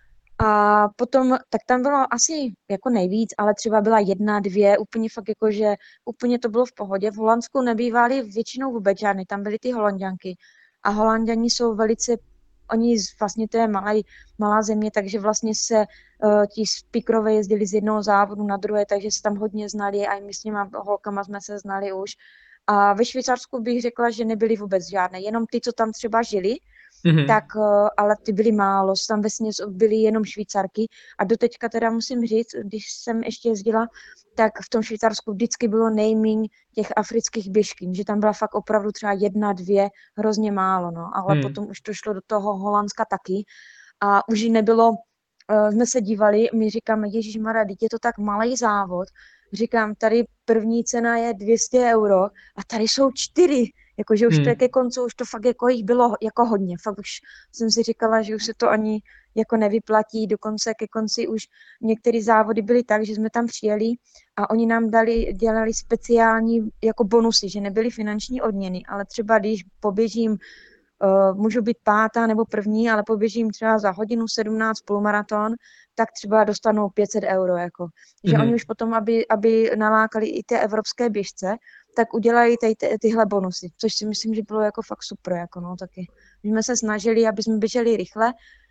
A potom, tak tam bylo asi jako nejvíc, ale třeba byla 1, 2, úplně fakt jako, že úplně to bylo v pohodě. V Holandsku nebývaly většinou vůbec žádný, tam byly ty Holanďanky. A Holanďani jsou velice, oni vlastně to je malá země, takže vlastně se ti speakerové jezdili z jednoho závodu na druhé, takže se tam hodně znali a i my s těma holkama jsme se znali už. A ve Švýcarsku bych řekla, že nebyly vůbec žádné, jenom ty, co tam třeba žili, tak, ale ty byly málo, tam vesměs byly jenom Švýcarky a doteďka teda musím říct, když jsem ještě jezdila, tak v tom Švýcarsku vždycky bylo nejméně těch afrických běžkyň, že tam byla fakt opravdu třeba 1, 2, hrozně málo, no, ale potom už to šlo do toho Holandska taky a už nebylo, jsme se dívali, my říkáme, ježišmarja, teď je to tak malý závod, říkám, tady první cena je 200 € a tady jsou 4, jakože už to ke konci, už to fakt jako jich bylo jako hodně, fakt už jsem si říkala, že už se to ani jako nevyplatí, dokonce ke konci už některé závody byly tak, že jsme tam přijeli a oni nám dělali speciální jako bonusy, že nebyly finanční odměny, ale třeba když poběžím, můžu být 5. nebo 1., ale poběžím třeba za hodinu 17 půlmaraton, tak třeba dostanou 500 €, jako. Že oni už potom, aby nalákali i ty evropské běžce, tak udělají tyhle bonusy, což si myslím, že bylo jako fakt super, jako no, taky. My jsme se snažili, aby jsme běželi rychle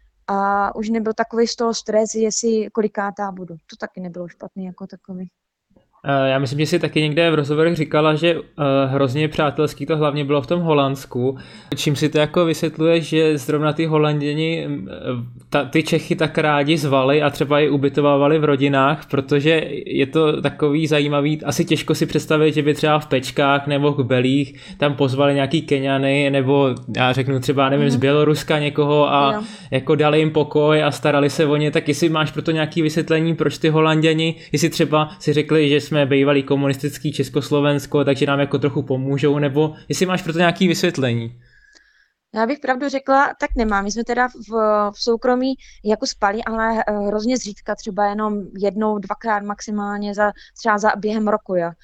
a už nebyl takový z toho stres, jestli kolikátá budu. To taky nebylo špatný jako takový. Já myslím, že si taky někde v rozhovorech říkala, že hrozně přátelský to hlavně bylo v tom Holandsku. Čím si to jako vysvětluje, že zrovna ty Holanděni ty Čechy tak rádi zvali a třeba je ubytovávali v rodinách, protože je to takový zajímavý, asi těžko si představit, že by třeba v Pečkách nebo v Belích tam pozvali nějaký Keňany nebo já řeknu třeba, nevím, z Běloruska někoho a jako dali jim pokoj a starali se o ně, tak jestli máš proto nějaký vysvětlení, proč ty Holanděni, jestli třeba si řekli, že jsme bývalý komunistický Československo, takže nám jako trochu pomůžou, nebo jestli máš proto nějaké vysvětlení? Já bych pravdu řekla, tak nemám. My jsme teda v soukromí jako spali, ale hrozně zřídka, třeba jenom 1, 2krát maximálně třeba za během roku, jo.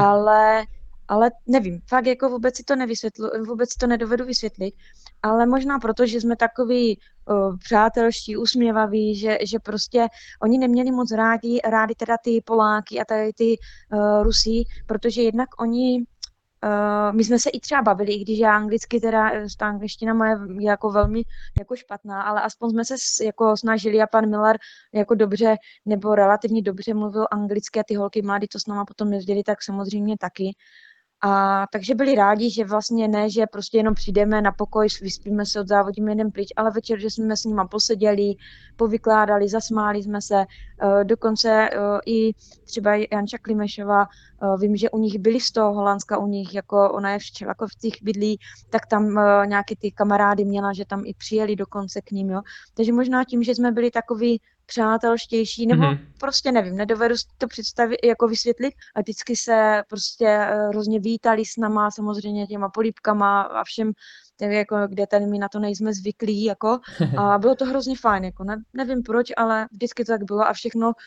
Ale nevím, fakt jako vůbec si to nedovedu vysvětlit, ale možná proto, že jsme takový přátelští, usměvaví, že prostě oni neměli moc rádi teda ty Poláky a tady ty Rusy, protože jednak oni, my jsme se i třeba bavili, i když já anglicky teda, ta angličtina moje je jako velmi jako špatná, ale aspoň jsme se jako snažili a pan Miller jako dobře nebo relativně dobře mluvil anglicky a ty holky mladí, to s náma potom jezdili, tak samozřejmě taky. A takže byli rádi, že vlastně ne, že prostě jenom přijdeme na pokoj, vyspíme se, odzávodíme jeden pryč, ale večer, že jsme s nima poseděli, povykládali, zasmáli jsme se, dokonce i třeba Janča Klimešová, vím, že u nich byli z toho Holandska, u nich, jako ona je v Čelakovcích bydlí, tak tam nějaké ty kamarády měla, že tam i přijeli dokonce k ním, jo. Takže možná tím, že jsme byli takový přátelštější, nebo prostě nevím, nedovedu to představit, jako vysvětlit a vždycky se prostě hrozně vítali s náma, samozřejmě těma polípkama a všem, tak jako, kde tady my na to nejsme zvyklí, jako, a bylo to hrozně fajn, jako, nevím proč, ale vždycky to tak bylo a všechno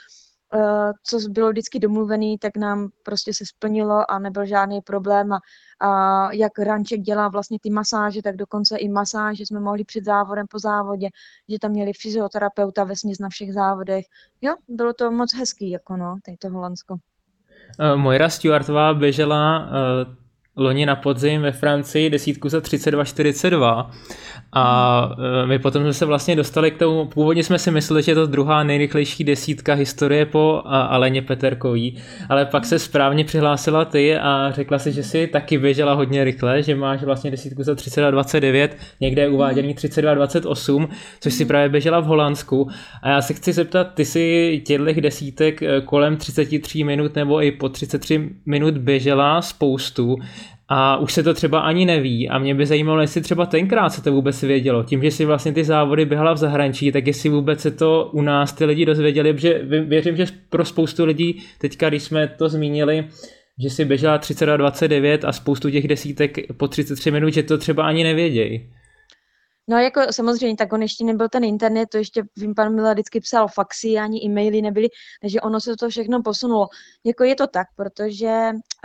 co bylo vždycky domluvený, tak nám prostě se splnilo a nebyl žádný problém a jak Ranček dělá vlastně ty masáže, tak dokonce i masáže jsme mohli před závodem, po závodě, že tam měli fyzioterapeuta vesměs na všech závodech. Jo, bylo to moc hezký, jako no, tady to Holandsko. Moira Stewartová běžela loni na podzim ve Francii 10 za 32,42 a my potom jsme se vlastně dostali k tomu, původně jsme si mysleli, že je to druhá nejrychlejší desítka historie po Aleně Peterkový, ale pak se správně přihlásila ty a řekla si, že si taky běžela hodně rychle, že máš vlastně 10 za 32,29, někde je uváděný 32,28, což si právě běžela v Holandsku a já se chci zeptat, ty si těchto desítek kolem 33 minut nebo i po 33 minut běžela spoustu, a už se to třeba ani neví a mě by zajímalo, jestli třeba tenkrát se to vůbec vědělo. Tím, že si vlastně ty závody běhala v zahraničí, tak jestli vůbec se to u nás ty lidi dozvěděli, protože věřím, že pro spoustu lidí, teďka když jsme to zmínili, že si běžela 32,29 a spoustu těch desítek po 33 minut, že to třeba ani nevědějí. No jako samozřejmě, tak on ještě nebyl ten internet, to ještě vím, pan Miller vždycky psal faxy, ani e-maily nebyly, takže ono se to všechno posunulo. Jako je to tak, protože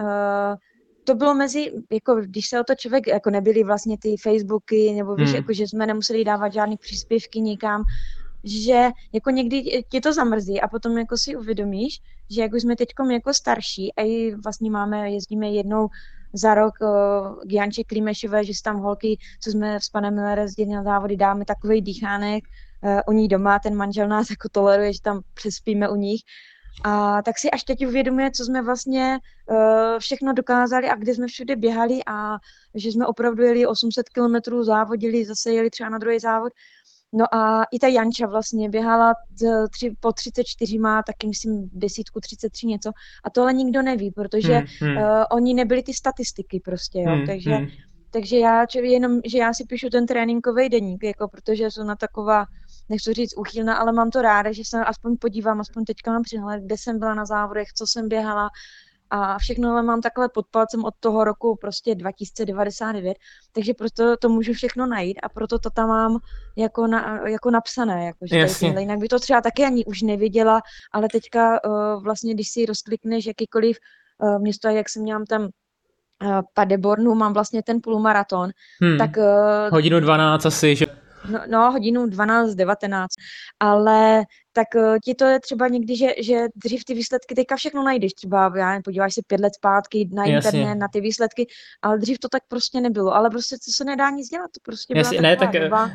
to bylo mezi, jako když se o to člověk, jako nebyly vlastně ty Facebooky, nebo víš, jako že jsme nemuseli dávat žádný příspěvky nikam, že jako někdy tě to zamrzí a potom jako si uvědomíš, že jako jsme teďkom jako starší a i vlastně jezdíme jednou za rok k Janče Klimešové, že si tam holky, co jsme s panem Millerem jezdili na závody, dáme takovej dýchánek u ní doma, ten manžel nás jako toleruje, že tam přespíme u nich. A tak si až teď uvědomuje, co jsme vlastně všechno dokázali a kde jsme všude běhali a že jsme opravdu jeli 800 kilometrů, závodili, zase jeli třeba na druhý závod. No a i ta Janča vlastně běhala po 34, má taky myslím 33 něco a tohle nikdo neví, protože oni nebyli ty statistiky prostě, jo, takže já si píšu ten tréninkový deník, jako protože jsem na taková, nechci říct úchylná, ale mám to ráda, že se aspoň podívám, aspoň teďka mám přehled, kde jsem byla na závodech, co jsem běhala a všechno ale mám takhle pod palcem od toho roku prostě 2099, takže proto to můžu všechno najít a proto to tam mám jako napsané, jakože jinak by to třeba taky ani už nevěděla, ale teďka vlastně, když si rozklikneš jakýkoliv město, jak jsem měla tam Paderbornu, mám vlastně ten půlmaraton, tak... Hodinu 12 asi, že? No, hodinu 12, 19, ale tak ti to je třeba někdy, že dřív ty výsledky, teďka všechno najdeš, třeba já nevím, podíváš se 5 let zpátky na internet, na ty výsledky, ale dřív to tak prostě nebylo, ale prostě to se nedá nic dělat, to prostě byla taková doba.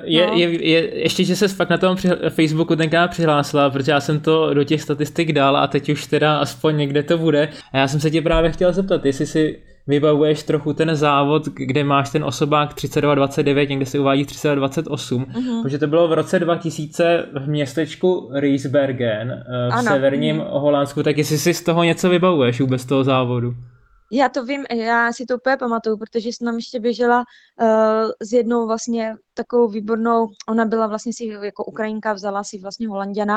Ještě, že se fakt na tom Facebooku tenkrát přihlásila, protože já jsem to do těch statistik dal a teď už teda aspoň někde to bude a já jsem se tě právě chtěl zeptat, jestli si vybavuješ trochu ten závod, kde máš ten osobák 32,29, někde se uvádí 32,28, protože to bylo v roce 2000 v městečku Riesbergen v severním Holandsku, tak jestli si z toho něco vybavuješ vůbec z toho závodu? Já to vím, já si to úplně pamatuju, protože jsem tam ještě běžela s jednou vlastně takovou výbornou, ona byla vlastně si jako Ukrajinka, vzala si vlastně Holanďana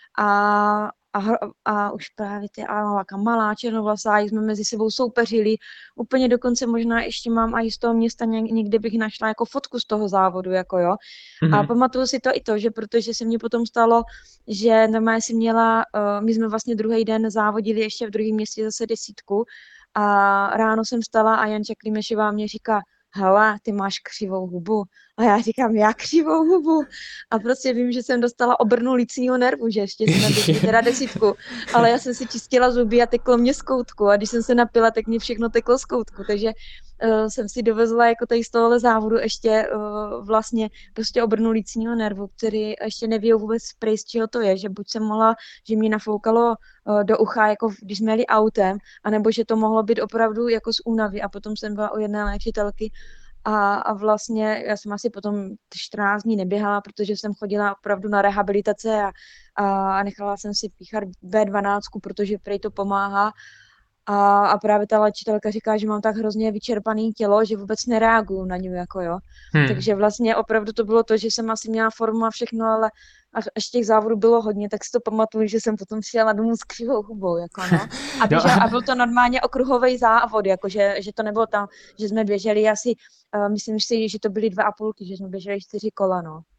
a už právě ty malá černovlasá, jsme mezi sebou soupeřili, úplně dokonce možná ještě mám i z toho města někde bych našla jako fotku z toho závodu, jako jo. A pamatuju si to i to, že protože se mně potom stalo, že normálně si měla, my jsme vlastně druhý den závodili ještě v druhém městě zase 10 a ráno jsem vstala a Janča Klimešová mě říká, hele, ty máš křivou hubu. A já říkám, já křivou hubu. A prostě vím, že jsem dostala obrnu lícního nervu, že ještě jsme běželi teda 10, ale já jsem si čistila zuby a teklo mě z koutku. A když jsem se napila, tak mě všechno teklo z koutku. Takže jsem si dovezla jako tady z tohohle závodu ještě vlastně prostě obrnu lícního nervu, který ještě neví vůbec z čeho to je, že buď jsem mohla, že mě nafoukalo do ucha, jako když jsme jeli autem, anebo že to mohlo být opravdu jako z únavy. A potom jsem byla u jedné léčitelky a vlastně já jsem asi potom 14 dní neběhala, protože jsem chodila opravdu na rehabilitace a nechala jsem si píchat B12, protože prej to pomáhá. A právě ta léčitelka říká, že mám tak hrozně vyčerpaný tělo, že vůbec nereaguju na něj, jako jo. Takže vlastně opravdu to bylo to, že jsem asi měla formu a všechno, ale až těch závodů bylo hodně, tak si to pamatuju, že jsem potom přijela domů s křivou hubou, jako no. A byl to normálně okruhový závod, jako že to nebylo tam, že jsme běželi asi, myslím si, že to byly 2,5, že jsme běželi 4 kola, no.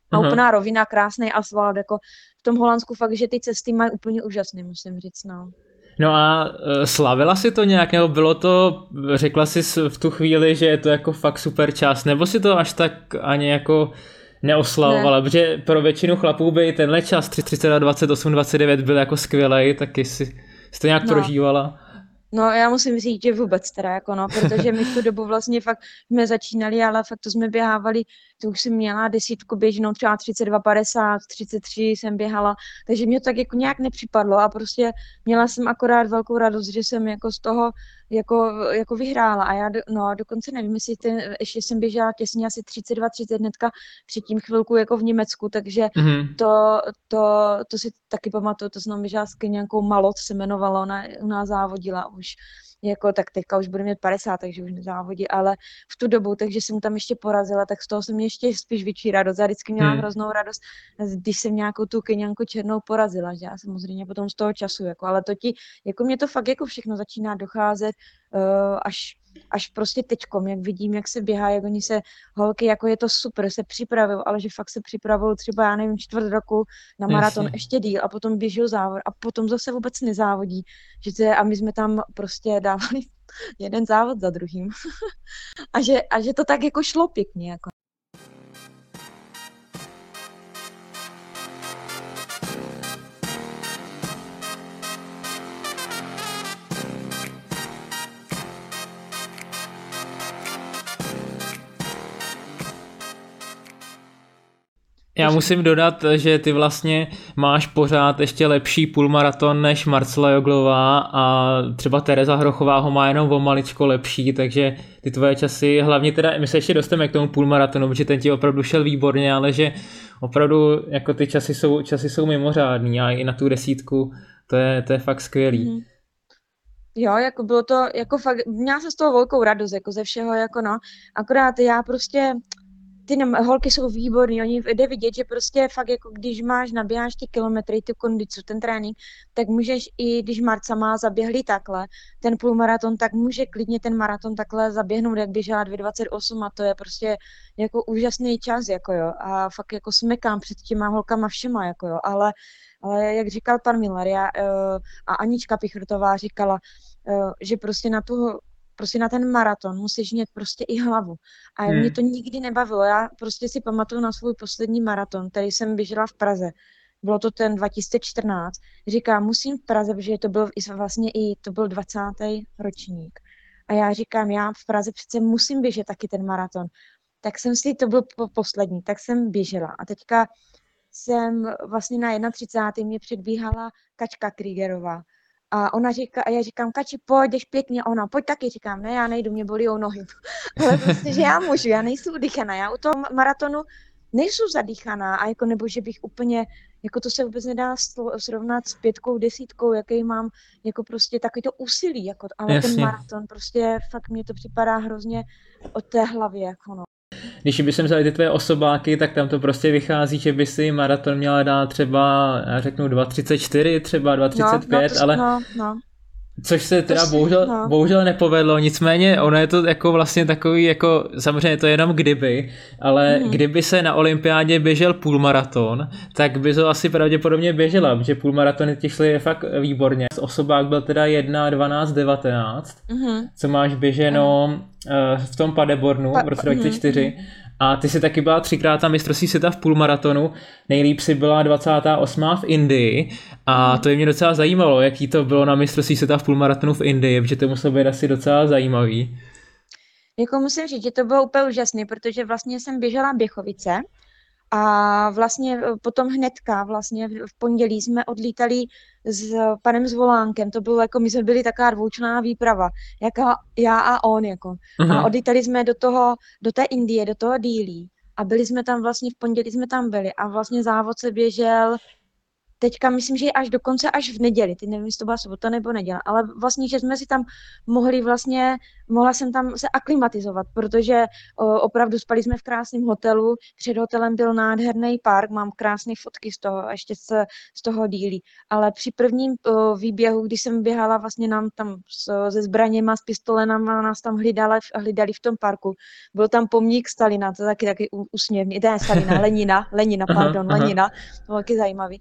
A Aha. úplná rovina, krásný asfalt, jako v tom Holandsku fakt, že ty cesty mají úplně úžasný, musím říct, no. No a slavila si to nějak, nebo bylo to, řekla jsi v tu chvíli, že je to jako fakt super čas, nebo si to až tak ani jako Ne, neoslavovala, protože pro většinu chlapů by tenhle čas 30, 28, 29 byl jako skvělej, tak jestli jsi to nějak no. prožívala. No já musím říct, že vůbec teda, jako no, protože my v tu dobu vlastně fakt jsme začínali, ale fakt to jsme běhávali, to už jsem měla desítku běžnou, třeba 32,50, 33 jsem běhala, takže mě to tak jako nějak nepřipadlo a prostě měla jsem akorát velkou radost, že jsem jako z toho jako vyhrála a já, no dokonce nevím, jestli ještě jsem běžela těsně asi 32, 30 hnedka předtím chvilku jako v Německu, takže Mhm. to, to, to si taky pamatuju, to znamená, že nějakou Malot se jmenovalo, ona závodila už, jako, tak teďka už bude mít 50, takže už nezávodí, ale v tu dobu, takže jsem tam ještě porazila, tak z toho jsem mě ještě spíš větší radost. Já vždycky měla Hmm. hroznou radost, když jsem nějakou tu Keňanku černou porazila, že já samozřejmě potom z toho času, jako, ale to ti, jako mě to fakt jako všechno začíná docházet až prostě teďkom, jak vidím, jak se běhá, jak oni se holky, jako je to super, se připravují, ale že fakt se připravují třeba, já nevím, 4 roku na maraton, Jasně. ještě díl a potom běží závod a potom zase vůbec nezávodí. A my jsme tam prostě dávali jeden závod za druhým. a že to tak jako šlo pěkně. Jako. Já musím dodat, že ty vlastně máš pořád ještě lepší půlmaraton než Marcela Joglová a třeba Tereza Hrochová ho má jenom o maličko lepší, takže ty tvoje časy, hlavně teda, my se ještě dostaneme k tomu půlmaratonu, protože ten ti opravdu šel výborně, ale že opravdu jako ty časy jsou mimořádný a i na tu desítku to je fakt skvělý. Mhm. Jo, jako bylo to, jako fakt, měla jsem z toho velkou radost, jako ze všeho, jako no, akorát já prostě, holky jsou výborný, oni jde vidět, že prostě fakt jako když nabíháš ty kilometry, ty kondici, ten trénink, tak můžeš i, když Marca má zaběhlý takhle, ten půlmaraton, tak může klidně ten maraton takhle zaběhnout, jak běžela 2,28 a to je prostě jako úžasný čas, jako jo, a fakt jako smekám před těma holkama všema, jako jo, ale jak říkal pan Miller, a Anička Pichrtová říkala, že prostě na ten maraton musíš mít prostě i hlavu. A mě to nikdy nebavilo. Já prostě si pamatuju na svůj poslední maraton, který jsem běžela v Praze. Bylo to ten 2014. Říkám, musím v Praze, protože to byl vlastně to byl 20. ročník. A já říkám, já v Praze přece musím běžet taky ten maraton. Tak jsem si, to byl poslední, tak jsem běžela. A teďka jsem vlastně na 31. mě předbíhala Kačka Kriegerová. A já říkám, Kači, pojď, jdeš pěkně. A ona, pojď taky. Říkám, ne, já nejdu, mě bolí nohy. Ale prostě, že já můžu, já nejsem udýchaná. Já u toho maratonu nejsem zadýchaná a jako, nebo že bych úplně, jako to se vůbec nedá srovnat s 5, 10, jaký mám, jako prostě takový to úsilí, jako, ale Jasně. ten maraton, prostě fakt mě to připadá hrozně od té hlavy, jako no. Když by jsem vzal ty tvoje osobáky, tak tam to prostě vychází, že by si maraton měla dát třeba, já řeknu 2,34, třeba 2,35, ale což se teda bohužel nepovedlo, nicméně ono je to jako vlastně takový, jako samozřejmě to je jenom kdyby, ale kdyby se na olympiádě běžel půlmaraton, tak by to asi pravděpodobně běžela, protože půlmaratony ti šly fakt výborně. Osobák byl teda 1:12:19, co máš běženo v tom Paderbornu v roce 2004. A ty jsi taky byla 3krát na mistrovství světa v půlmaratonu, nejlíp si byla 28. v Indii a to mě docela zajímalo, jaký to bylo na mistrovství světa v půlmaratonu v Indii, protože to muselo být asi docela zajímavý. Jako musím říct, že to bylo úplně úžasné, protože vlastně jsem běžela Běchovice a vlastně potom hnedka vlastně v pondělí jsme odlítali s panem Zvolánkem, to bylo jako, my jsme byli taková dvoučlenná výprava, jako já a on jako. A odlítali jsme do té Indie, do toho Dillí a byli jsme tam vlastně, v pondělí jsme tam byli a vlastně závod se běžel teďka myslím, že je až dokonce až v neděli, teď nevím, jestli to byla sobota nebo neděle, ale vlastně, že jsme si tam mohla jsem tam se aklimatizovat, protože opravdu spali jsme v krásném hotelu, před hotelem byl nádherný park, mám krásné fotky z toho, ještě z toho dílí, ale při prvním výběhu, když jsem běhala vlastně nám tam se zbraněma, s pistolenama, nás tam hlídali v tom parku, byl tam pomník Stalina, to je taky úsměvný, ne Stalina, Lenina, pardon, Lenina, to bylo taky zajímavý.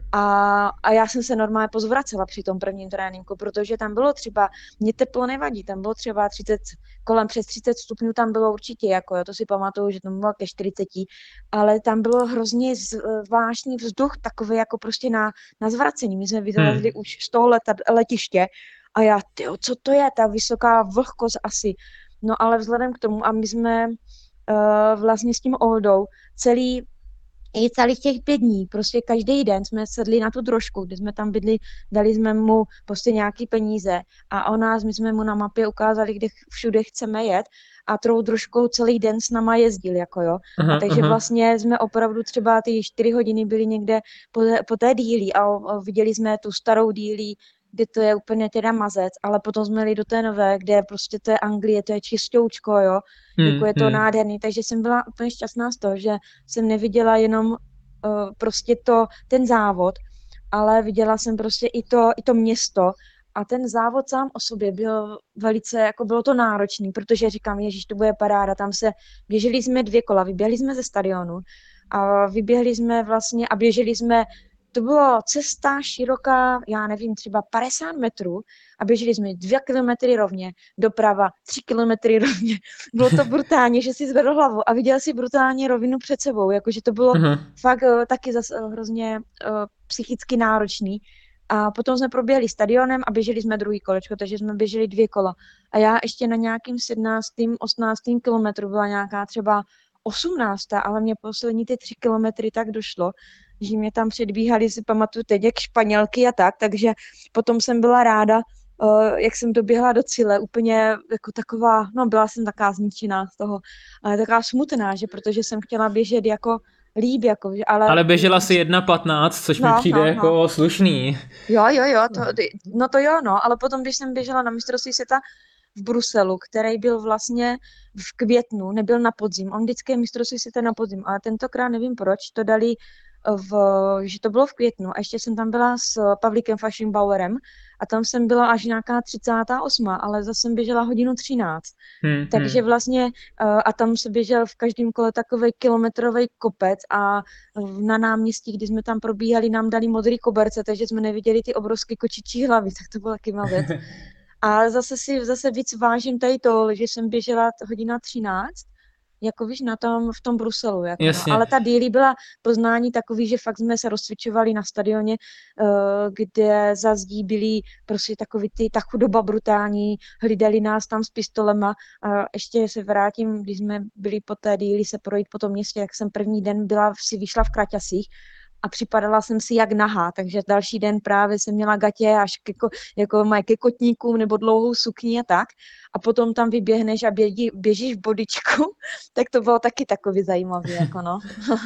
A já jsem se normálně pozvracela při tom prvním tréninku, protože tam bylo třeba, mě teplo nevadí, tam bylo třeba kolem přes 30 stupňů tam bylo určitě, jako jo, to si pamatuju, že tam bylo ke 40, ale tam bylo hrozně zvláštní vzduch, takový jako prostě na zvracení. My jsme vylezli už z toho letiště a já, tyjo, co to je, ta vysoká vlhkost asi. No ale vzhledem k tomu, a my jsme vlastně s tím Oldou celých těch 5 dní, prostě každý den jsme sedli na tu drožku, kde jsme tam bydli, dali jsme mu prostě nějaký peníze a my jsme mu na mapě ukázali, kde všude chceme jet a tou drožkou celý den s náma jezdil, jako jo. A takže vlastně jsme opravdu třeba ty 4 hodiny byli někde po té dílí a viděli jsme tu starou dílí, kde to je úplně teda mazec, ale potom jsme jeli do té nové, kde prostě to je Anglie, to je čistoučko, jo, jako je to nádherný, takže jsem byla úplně šťastná z toho, že jsem neviděla jenom prostě ten závod, ale viděla jsem prostě i to město a ten závod sám o sobě byl velice, jako bylo to náročný, protože říkám, ježiš, to bude paráda, běželi jsme 2 kola, vyběhli jsme ze stadionu a vyběhli jsme vlastně a běželi jsme. To byla cesta široká, já nevím, třeba 50 metrů a běželi jsme 2 kilometry rovně, doprava 3 kilometry rovně. Bylo to brutálně, že si zvedl hlavu a viděl si brutálně rovinu před sebou, jakože to bylo fakt taky zase hrozně psychicky náročný. A potom jsme proběhli stadionem a běželi jsme 2. kolečko, takže jsme běželi 2 kola. A já ještě na nějakým 17., 18. kilometru byla nějaká třeba 18., ale mě poslední ty 3 kilometry tak došlo, že mě tam předbíhali, si pamatuju teď, jak Španělky a tak, takže potom jsem byla ráda, jak jsem doběhla do cíle, úplně jako taková, no byla jsem taková zničená z toho, ale taková smutná, že protože jsem chtěla běžet jako líp, jako, ale běžela si 1:15, což mi přijde jako slušný. Jo, ale potom, když jsem běžela na mistrovství světa v Bruselu, který byl vlastně v květnu, nebyl na podzim, on vždycky je mistrovství světa na podzim, ale tentokrát nevím proč, to dali že to bylo v květnu a ještě jsem tam byla s Pavlíkem Faschingbauerem a tam jsem byla až nějaká 38, ale zase jsem běžela 1:13. Takže vlastně a tam se běžel v každém kole takovej kilometrový kopec a na náměstí, když jsme tam probíhali, nám dali modrý koberce, takže jsme neviděli ty obrovské kočičí hlavy, tak to bylo taky mazec. A zase víc vážím tady to, že jsem běžela 1:13, jako víš, v tom Bruselu. Jako, no. Ale ta díly byla poznání takový, že fakt jsme se rozcvičovali na stadioně, kde za zdí byli prostě takový ta chudoba brutální, hlídali nás tam s pistolema a ještě se vrátím, když jsme byli po té díly se projít po tom městě, tak jsem první den vyšla v kraťasích a připadala jsem si jak nahá, takže další den právě jsem měla gatě až ke kotníkům nebo dlouhou sukni a tak. A potom tam vyběhneš a běžíš v bodičku, tak to bylo taky takový zajímavý, jako no.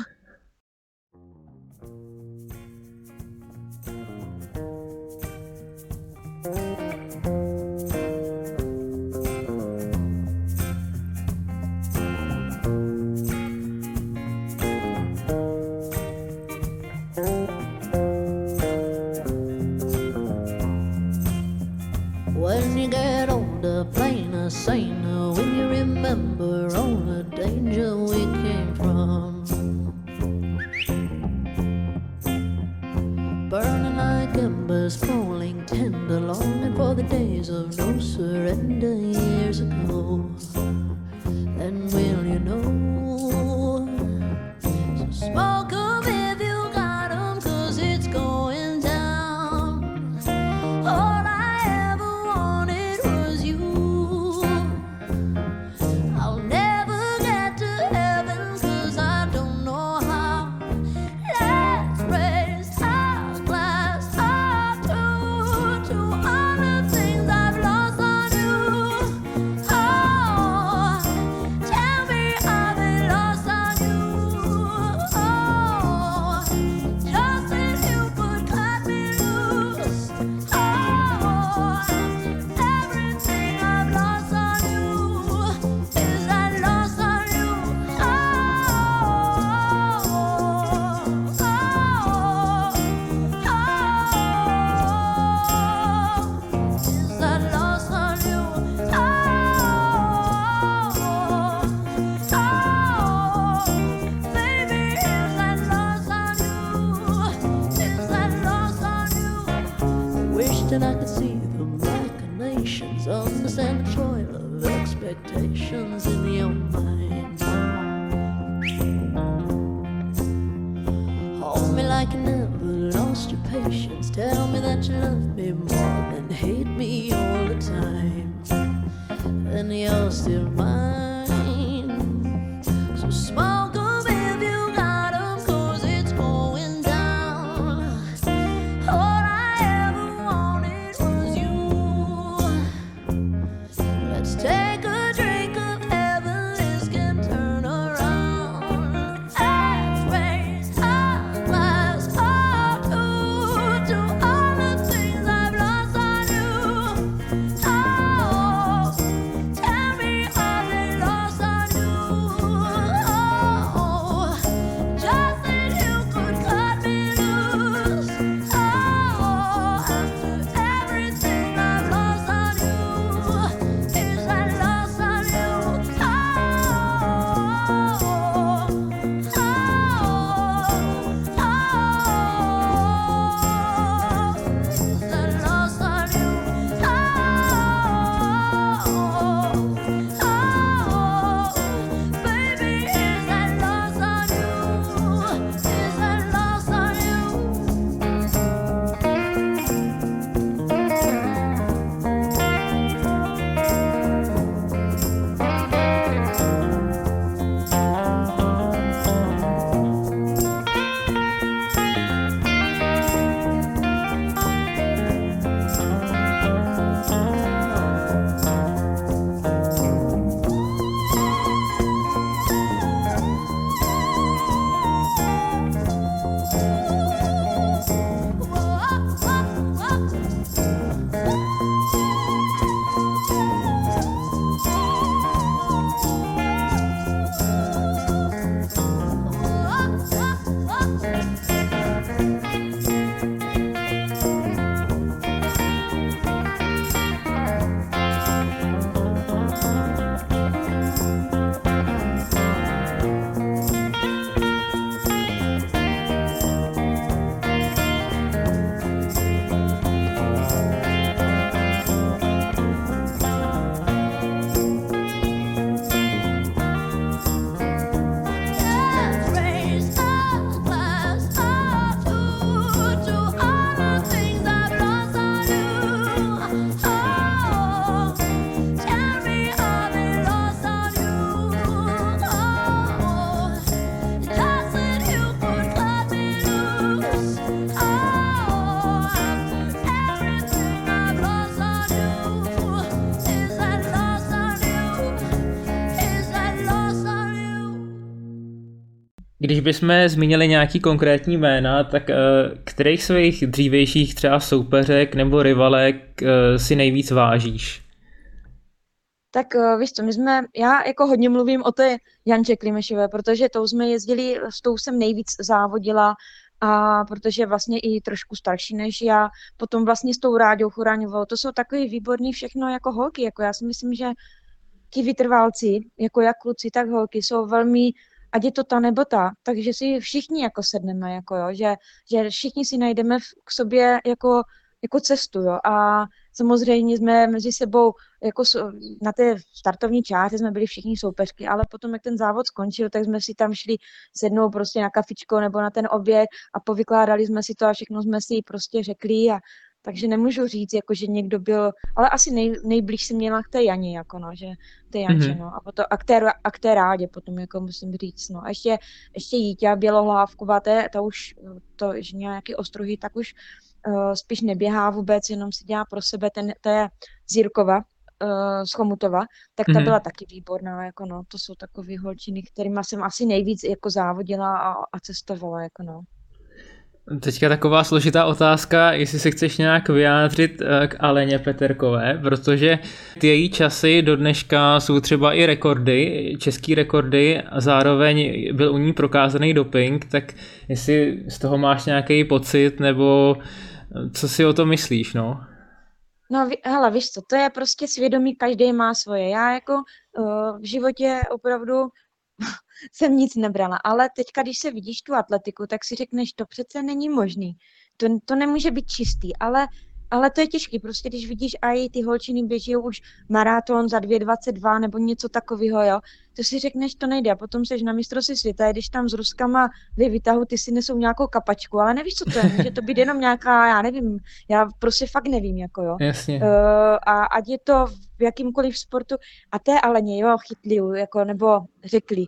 When you get older, plainer, saner, when you remember all the danger we came from. Burning like embers, falling tender, longing for the days of no surrender years ago. Then will you know? So smoke 'em if you got 'em, 'cause it's going down. All I ever wanted was you. I'll never get to heaven 'cause I don't know how. Let's raise our glass up to all the things I've lost on you. Oh, and I could see the machinations, understand the toil of expectations in your mind. Hold me like you never lost your patience. Tell me that you love me more than hate me all the time. And you're still mine. So smoke 'em if you got 'em, 'cause it's going down. All I ever wanted was you. Let's take a drink of heaven, this can turn around. Let's raise our glass up to all the things I've lost on you. Oh, tell me are they lost on you? Oh, just that you could cut me loose. Oh, after everything I've lost on you, is that lost on you? Oh, is that lost on you? Baby, is that lost on you? Is that lost on you? Let's raise our glass up to all the things I've lost on you. Oh, tell me are they lost on you? Oh, just that you could cut me loose. Oh, after everything I've lost on you, is that lost on you? Is that lost on you? Když bychom zmínili nějaký konkrétní jména, tak kterých svých dřívějších třeba soupeřek nebo rivalek si nejvíc vážíš? Tak víš co, já jako hodně mluvím o té Janče Klimešové, protože tou jsme jezdili, s tou jsem nejvíc závodila, a protože vlastně i trošku starší než já, potom vlastně s tou Ráďou Churáňovou, to jsou takový výborný všechno jako holky, jako já si myslím, že ti vytrvalci, jako jak kluci, tak holky, jsou velmi, ať je to ta nebo ta, takže si všichni jako sedneme, jako jo, že všichni si najdeme k sobě jako cestu, jo, a samozřejmě jsme mezi sebou, jako na té startovní čáře jsme byli všichni soupeřky, ale potom, jak ten závod skončil, tak jsme si tam šli sednout prostě na kafičko nebo na ten oběd a povykládali jsme si to a všechno jsme si prostě řekli, a takže nemůžu říct, jako, že někdo byl, ale asi nejblíž jsem měla k té Janě, jako no, že té Janče, no, a potom a k té Rádě potom, jako musím říct, no, a ještě Jíťa Bělohlávková, ta už, to, že měla nějaký ostruhy, tak už spíš neběhá vůbec, jenom si dělá pro sebe, to je Zírkova z Chomutova, tak ta byla taky výborná, jako no, to jsou takový holčiny, kterýma jsem asi nejvíc jako závodila a cestovala, jako no. Teďka taková složitá otázka, jestli se chceš nějak vyjádřit k Aleně Peterkové, protože ty její časy do dneška jsou třeba i rekordy, český rekordy, a zároveň byl u ní prokázaný doping, tak jestli z toho máš nějaký pocit, nebo co si o to myslíš, no? No hele, víš co, to je prostě svědomí, každý má svoje. Já jako v životě opravdu jsem nic nebrala, ale teďka, když se vidíš tu atletiku, tak si řekneš, to přece není možný. To nemůže být čistý, ale Ale to je těžký, prostě když vidíš, a i ty holčiny běží už maraton za 2,22 nebo něco takového, jo, to si řekneš, to nejde. A potom seš na mistrovství světa, když tam s Ruskama vytahu, ty si nesou nějakou kapačku, ale nevíš, co to je, může to být jenom nějaká, já nevím, já prostě fakt nevím, jako jo. Jasně. A ať je to v jakýmkoliv sportu, a té Aleně, jo, chytli, jako, nebo řekli,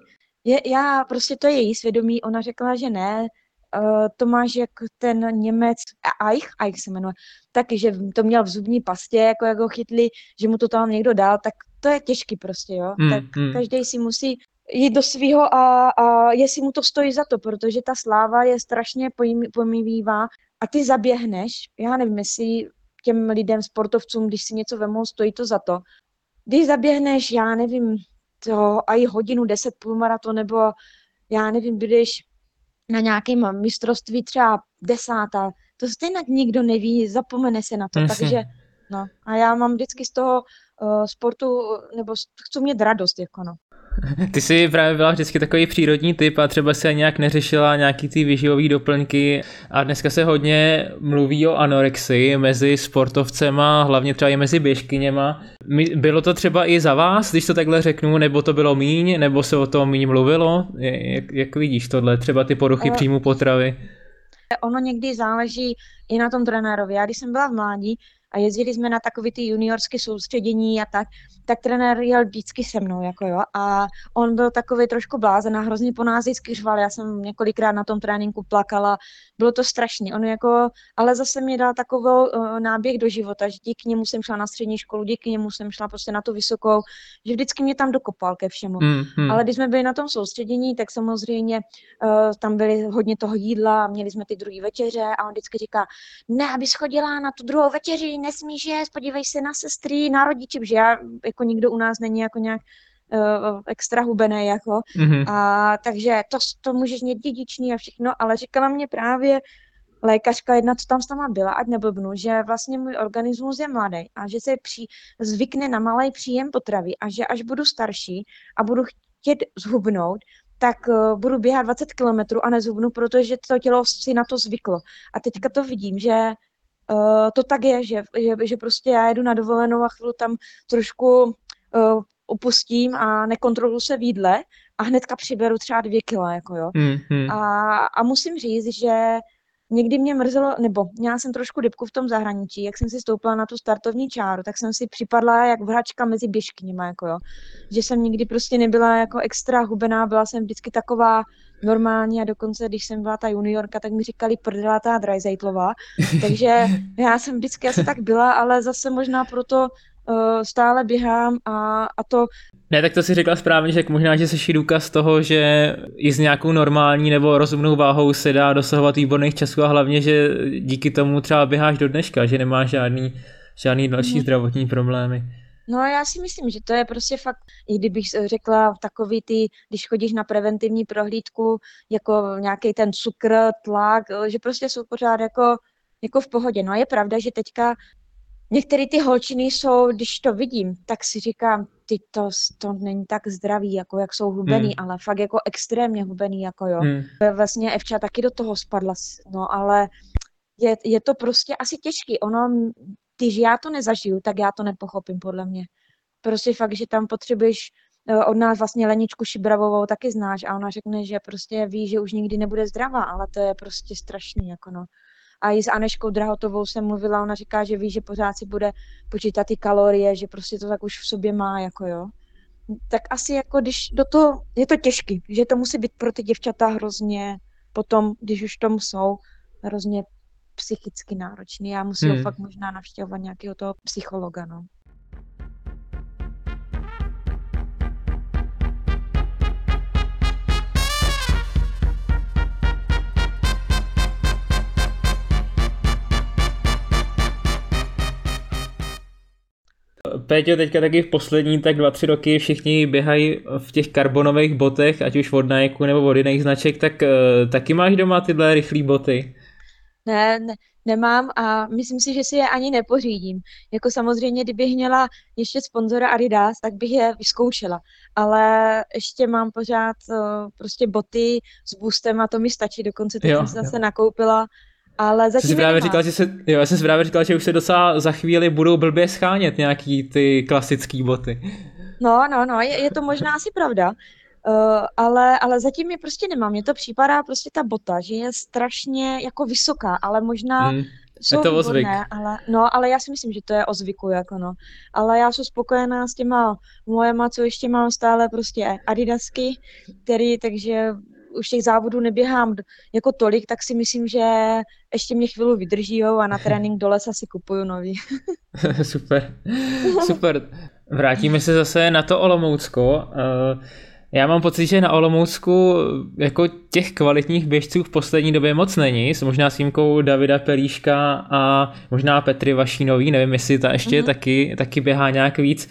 já prostě to je její svědomí, ona řekla, že ne, to máš jako ten Němec, Eich se jmenuje, taky, že to měl v zubní pastě, jako jak ho chytli, že mu to tam někdo dal, tak to je těžký prostě, jo. Tak každý si musí jít do svého a jestli mu to stojí za to, protože ta sláva je strašně pojmivá a ty zaběhneš, já nevím, jestli těm lidem, sportovcům, když si něco vemou, stojí to za to. Když zaběhneš, já nevím, to i hodinu, 10 půlmaraton, nebo já nevím, budeš na nějakém mistrovství třeba 10. To stejně nikdo neví, zapomene se na to, takže no. A já mám vždycky z toho sportu, nebo chci mít radost, jako no. Ty jsi právě byla vždycky takový přírodní typ a třeba se nějak neřešila nějaký ty výživové doplňky a dneska se hodně mluví o anorexii mezi sportovcema, hlavně třeba i mezi běžkyněma. Bylo to třeba i za vás, když to takhle řeknu, nebo to bylo míň, nebo se o tom míň mluvilo? Jak vidíš tohle, třeba ty poruchy příjmu potravy? Ono někdy záleží i na tom trenérovi. Já když jsem byla v mládí a jezdili jsme na takový ty juniorské soustředění a tak trenér jel vždycky se mnou, jako jo, a on byl takový trošku blázen a hrozně po nás vždycky řval, já jsem několikrát na tom tréninku plakala, bylo to strašný, on jako, ale zase mi dal takovou náběh do života, že díky němu jsem šla na střední školu, díky němu jsem šla prostě na tu vysokou, že vždycky mě tam dokopal ke všemu, ale když jsme byli na tom soustředění, tak samozřejmě tam byly hodně toho jídla, měli jsme ty druhé večeře a on vždycky říká, ne, abys chodila na tu druhou večeři, nesmíš jíst, podívej se na sestry, na rodiče, že já jako nikdo u nás není jako nějak extra hubený, jako. A takže to můžeš mít dědičný a všechno, ale říkala mě právě lékařka jedna, co tam s náma byla, ať neblbnu, že vlastně můj organismus je mladý a že se zvykne na malý příjem potravy a že až budu starší a budu chtět zhubnout, tak budu běhat 20 kilometrů a nezhubnu, protože to tělo si na to zvyklo. A teďka to vidím, že to tak je, že prostě já jedu na dovolenou a chvíli tam trošku upustím a nekontroluji se v jídle a hnedka přiberu třeba 2 kila, jako jo. A musím říct, že někdy mě mrzelo, nebo měla jsem trošku dybku v tom zahraničí, jak jsem si stoupila na tu startovní čáru, tak jsem si připadla jak vračka mezi běžkyněma, jako jo. Že jsem nikdy prostě nebyla jako extra hubená, byla jsem vždycky taková normální a dokonce, když jsem byla ta juniorka, tak mi říkali prdelatá Drajzejtlová, takže já jsem vždycky asi tak byla, ale zase možná proto stále běhám a to... Ne, tak to si řekla správně, že možná, že jsi důkaz toho, že i s nějakou normální nebo rozumnou váhou se dá dosahovat výborných časů a hlavně, že díky tomu třeba běháš do dneška, že nemáš žádný další zdravotní problémy. No já si myslím, že to je prostě fakt, i kdybych řekla takový ty, když chodíš na preventivní prohlídku, jako nějaký ten cukr, tlak, že prostě jsou pořád jako v pohodě. No a je pravda, že teďka některé ty holčiny jsou, když to vidím, tak si říkám, ty to není tak zdravý, jako jak jsou hubený, ale fakt jako extrémně hubený, jako jo. Vlastně Evča taky do toho spadla, no ale je to prostě asi těžký. Ono, když já to nezažiju, tak já to nepochopím, podle mě. Prostě fakt, že tam potřebuješ od nás vlastně Leničku Šibravovou taky znáš a ona řekne, že prostě ví, že už nikdy nebude zdravá, ale to je prostě strašný, jako no. A i s Aneškou Drahotovou jsem mluvila, ona říká, že ví, že pořád si bude počítat ty kalorie, že prostě to tak už v sobě má, jako jo. Tak asi jako když do toho, je to těžký, že to musí být pro ty děvčata hrozně, potom, když už tom jsou, hrozně psychicky náročný. Já musím fakt možná navštěvovat nějakého toho psychologa, no. Péťo, teďka taky v poslední tak 2-3 roky všichni běhají v těch karbonových botech, ať už od Nike nebo od jiných značek, tak taky máš doma tyhle rychlé boty? Ne, nemám a myslím si, že si je ani nepořídím. Jako samozřejmě, kdybych měla ještě sponzora Adidas, tak bych je vyzkoušela. Ale ještě mám pořád prostě boty s boostem a to mi stačí. Dokonce teď jsem se zase nakoupila Ale Jsem si zatím je právě nemám. říkal, já jsem si právě říkal, že už se docela za chvíli budou blbě schánět nějaký ty klasický boty. No, je to možná asi pravda, ale zatím je prostě nemám. Mně to připadá prostě ta bota, že je strašně jako vysoká, ale možná Je jsou to o zvyk. výborné, ale já si myslím, že to je o zvyku, jako no. Ale já jsem spokojená s těma mojema, co ještě mám stále prostě Adidasky, takže už těch závodů neběhám jako tolik, tak si myslím, že ještě mě chvíli vydrží a na trénink do lesa si kupuju nový. Super, super. Vrátíme se zase na to Olomoucko. Já mám pocit, že na Olomoucku jako těch kvalitních běžců v poslední době moc není, možná s výjimkou Davida Pelíška a možná Petry Vašínový, nevím, jestli ta ještě taky běhá nějak víc.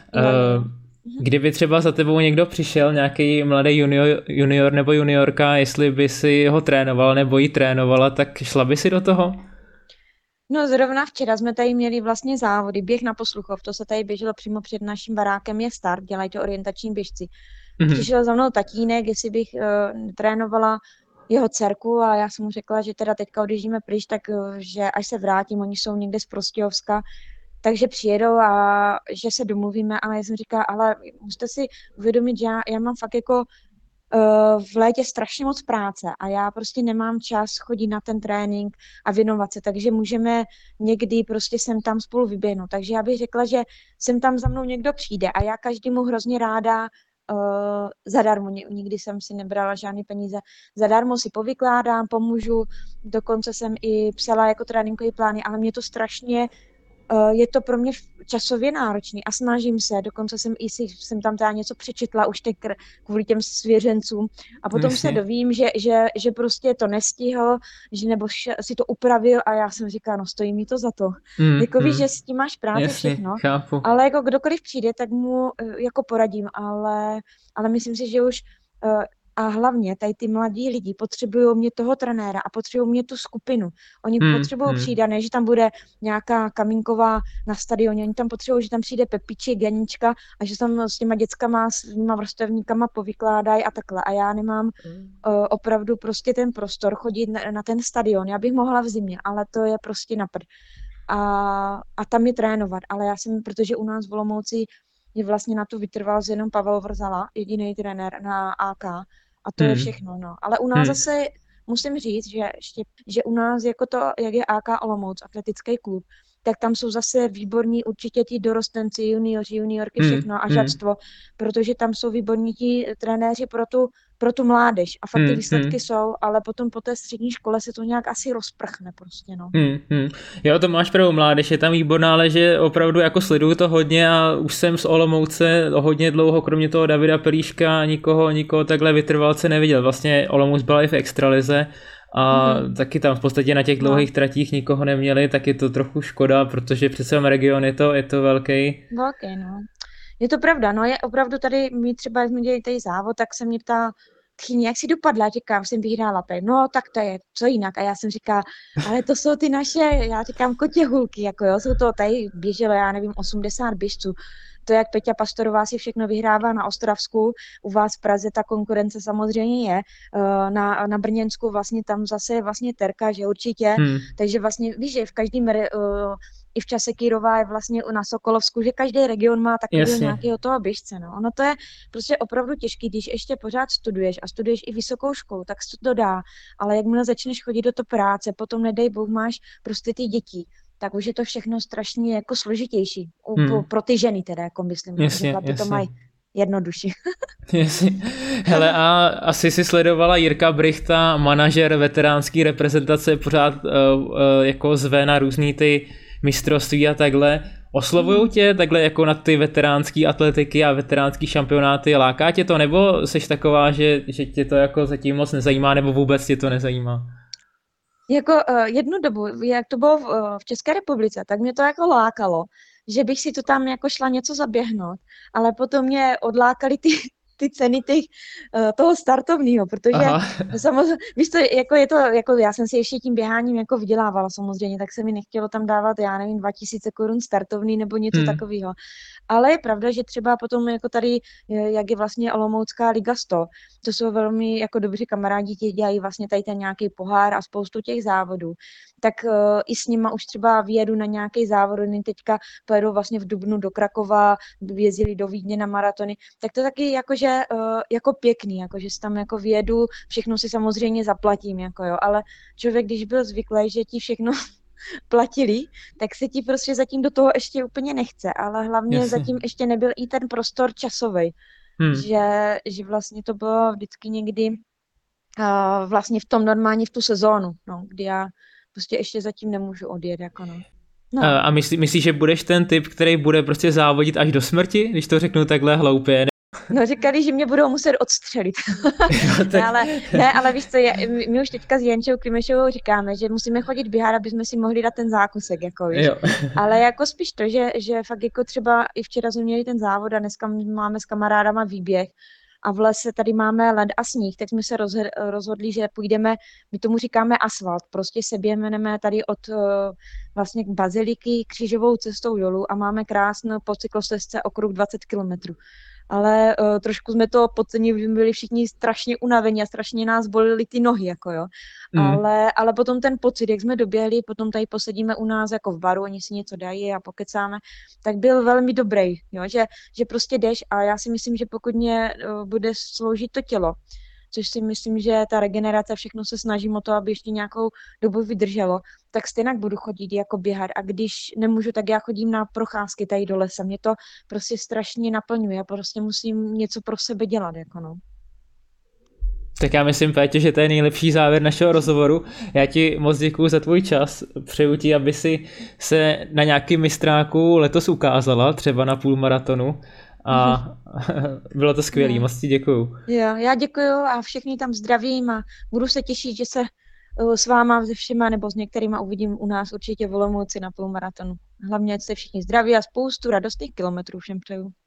Kdyby třeba za tebou někdo přišel, nějaký mladý junior nebo juniorka, jestli by si ho trénoval nebo ji trénovala, tak šla by si do toho? No zrovna včera jsme tady měli vlastně závody, běh na Posluchov, to se tady běželo přímo před naším barákem, je start, dělají to orientační běžci. Přišel za mnou tatínek, jestli bych trénovala jeho dcerku a já jsem mu řekla, že teda teďka odjíždíme pryč, tak že až se vrátím, oni jsou někde z Prostějovska, takže přijedou a že se domluvíme a já jsem říkala, ale musíte si uvědomit, že já mám fakt jako v létě strašně moc práce a já prostě nemám čas chodit na ten trénink a věnovat se, takže můžeme někdy prostě sem tam spolu vyběhnout. Takže já bych řekla, že sem tam za mnou někdo přijde a já každému hrozně ráda zadarmo, nikdy jsem si nebrala žádný peníze, zadarmo si povykládám, pomůžu, dokonce jsem i psala jako tréninkový plány, ale mě to strašně je to pro mě časově náročný a snažím se, dokonce jsem tam teda něco přečetla už teď kvůli těm svěřencům a potom se dovím, že prostě to nestihl, že nebo si to upravil a já jsem říkala, no stojí mi to za to. Jako víš, že s tím máš práci všechno, chápu. ale jako kdokoliv přijde, tak mu jako poradím, ale myslím si, že už a hlavně tady ty mladí lidi potřebují mě toho trenéra a potřebují mě tu skupinu. Oni potřebují přijít, ne, že tam bude nějaká Kamínková na stadioně, oni tam potřebují, že tam přijde Pepiči, Genička a že tam s těma dětskama, s těma vrstevníkama povykládají a takhle. A já nemám opravdu prostě ten prostor chodit na ten stadion. Já bych mohla v zimě, ale to je prostě na prd. A tam je trénovat, ale já jsem, protože u nás v Olomouci je vlastně na tu vytrvalost jenom Pavel Vrzala, jediný trenér na AK a to je všechno, no. Ale u nás zase musím říct, že u nás jako to, jak je AK Olomouc, atletický klub, tak tam jsou zase výborní určitě ti dorostenci, junioři, juniorky, všechno a žadstvo, protože tam jsou výborní ti trenéři pro tu mládež a fakt ty výsledky jsou, ale potom po té střední škole se to nějak asi rozprchne prostě, no. Jo, to máš pravdu, mládež je tam výborná, ale že opravdu jako sleduju to hodně a už jsem z Olomouce hodně dlouho, kromě toho Davida Pelíška, nikoho takhle vytrvalce neviděl. Vlastně Olomouc byla i v extralize a taky tam v podstatě na těch dlouhých tratích nikoho neměli, tak je to trochu škoda, protože přece region je to velký. Velký, no. Je to pravda, no je opravdu tady, my třeba, jak jsme dělali tady závod, tak se mě ptá tchýně, jak jsi dopadla, říkám, jsem vyhrála, no tak to je, co jinak, a já jsem říkala, ale to jsou ty naše, já říkám, kotěhulky, jako jo, jsou to, tady běželo, já nevím, 80 běžců, to, jak Peťa Pastorová si všechno vyhrává na Ostravsku, u vás v Praze ta konkurence samozřejmě je, na Brněnsku vlastně tam zase je vlastně Terka, že určitě, takže vlastně víš, že v každém i v čase Kýrova je vlastně na Sokolovsku, že každý region má takový nějakého toho běžce. No. Ono to je prostě opravdu těžký, když ještě pořád studuješ a studuješ i vysokou školu, tak se to dá, ale jakmile začneš chodit do to práce, potom nedej Bůh máš prostě ty děti, tak už je to všechno strašně jako složitější. Pro ty ženy teda, jako myslím, že chlapi to mají jednodušší. Hele, a asi si sledovala Jirka Brichta, manažer veteránské reprezentace, pořád jako zve na různý ty mistrovství a takhle. Oslovujou tě takhle jako na ty veteránské atletiky a veteránské šampionáty? Láká tě to, nebo jsi taková, že tě to jako zatím moc nezajímá, nebo vůbec tě to nezajímá? Jako jednu dobu, jak to bylo v České republice, tak mě to jako lákalo, že bych si to tam jako šla něco zaběhnout, ale potom mě odlákali ty ceny toho startovního, protože samozřejmě, víš to, jako já jsem si ještě tím běháním jako vydělávala samozřejmě, tak se mi nechtělo tam dávat, já nevím, 2000 korun startovný nebo něco takového. Ale je pravda, že třeba potom jako tady, jak je vlastně Olomoucká liga 100, to jsou velmi jako dobří kamarádi, ti dělají vlastně tady ten nějaký pohár a spoustu těch závodů, tak i s nima už třeba vyjedu na nějaký závod, oni teďka pojedou vlastně v dubnu do Krakova, jezdili do Vídně na maratony, tak to taky jakože jako pěkný, jakože si tam jako vyjedu, všechno si samozřejmě zaplatím, jako jo, ale člověk, když byl zvyklý, že ti všechno platili, tak se ti prostě zatím do toho ještě úplně nechce, ale hlavně zatím ještě nebyl i ten prostor časový, že vlastně to bylo vždycky někdy vlastně v tom normálně v tu sezónu, no, kdy já prostě ještě zatím nemůžu odjet, jako no. A myslíš, že budeš ten typ, který bude prostě závodit až do smrti, když to řeknu takhle hloupě? No říkali, že mě budou muset odstřelit. No, tak... ale víš co, my už teďka s Jančou Klimešovou říkáme, že musíme chodit běhat, aby jsme si mohli dát ten zákusek, jako víš. Ale jako spíš to, že fakt jako třeba i včera jsme měli ten závod a dneska máme s kamarádama výběh a v lese tady máme led a sníh, tak jsme se rozhodli, že půjdeme, my tomu říkáme asfalt, prostě se běhneme tady od vlastně Baziliky křížovou cestou dolů a máme krásnou po cyklostezce okruh 20 kilometrů. Ale trošku jsme to podcenili, byli všichni strašně unavení a strašně nás bolily ty nohy, jako jo. Ale potom ten pocit, jak jsme doběhli, potom tady posedíme u nás jako v baru, oni si něco dají a pokecáme, tak byl velmi dobrý, jo, že prostě jdeš a já si myslím, že pokud mě bude sloužit to tělo, což si myslím, že ta regenerace, všechno se snažím o to, aby ještě nějakou dobu vydrželo, tak stejně budu chodit jako běhat a když nemůžu, tak já chodím na procházky tady do lesa. Mě to prostě strašně naplňuje, já prostě musím něco pro sebe dělat, jako no. Tak já myslím, Pétě, že to je nejlepší závěr našeho rozhovoru. Já ti moc děkuju za tvůj čas. Přeju ti, aby si se na nějakým mistráku letos ukázala, třeba na půlmaratonu. A bylo to skvělý, moc ti děkuju. Jo, já děkuju a všechny tam zdravím a budu se těšit, že se s váma se všema nebo s některýma uvidím u nás určitě v Olomouci na půlmaratonu. Hlavně, ať jste všichni zdraví a spoustu radostných kilometrů všem přeju.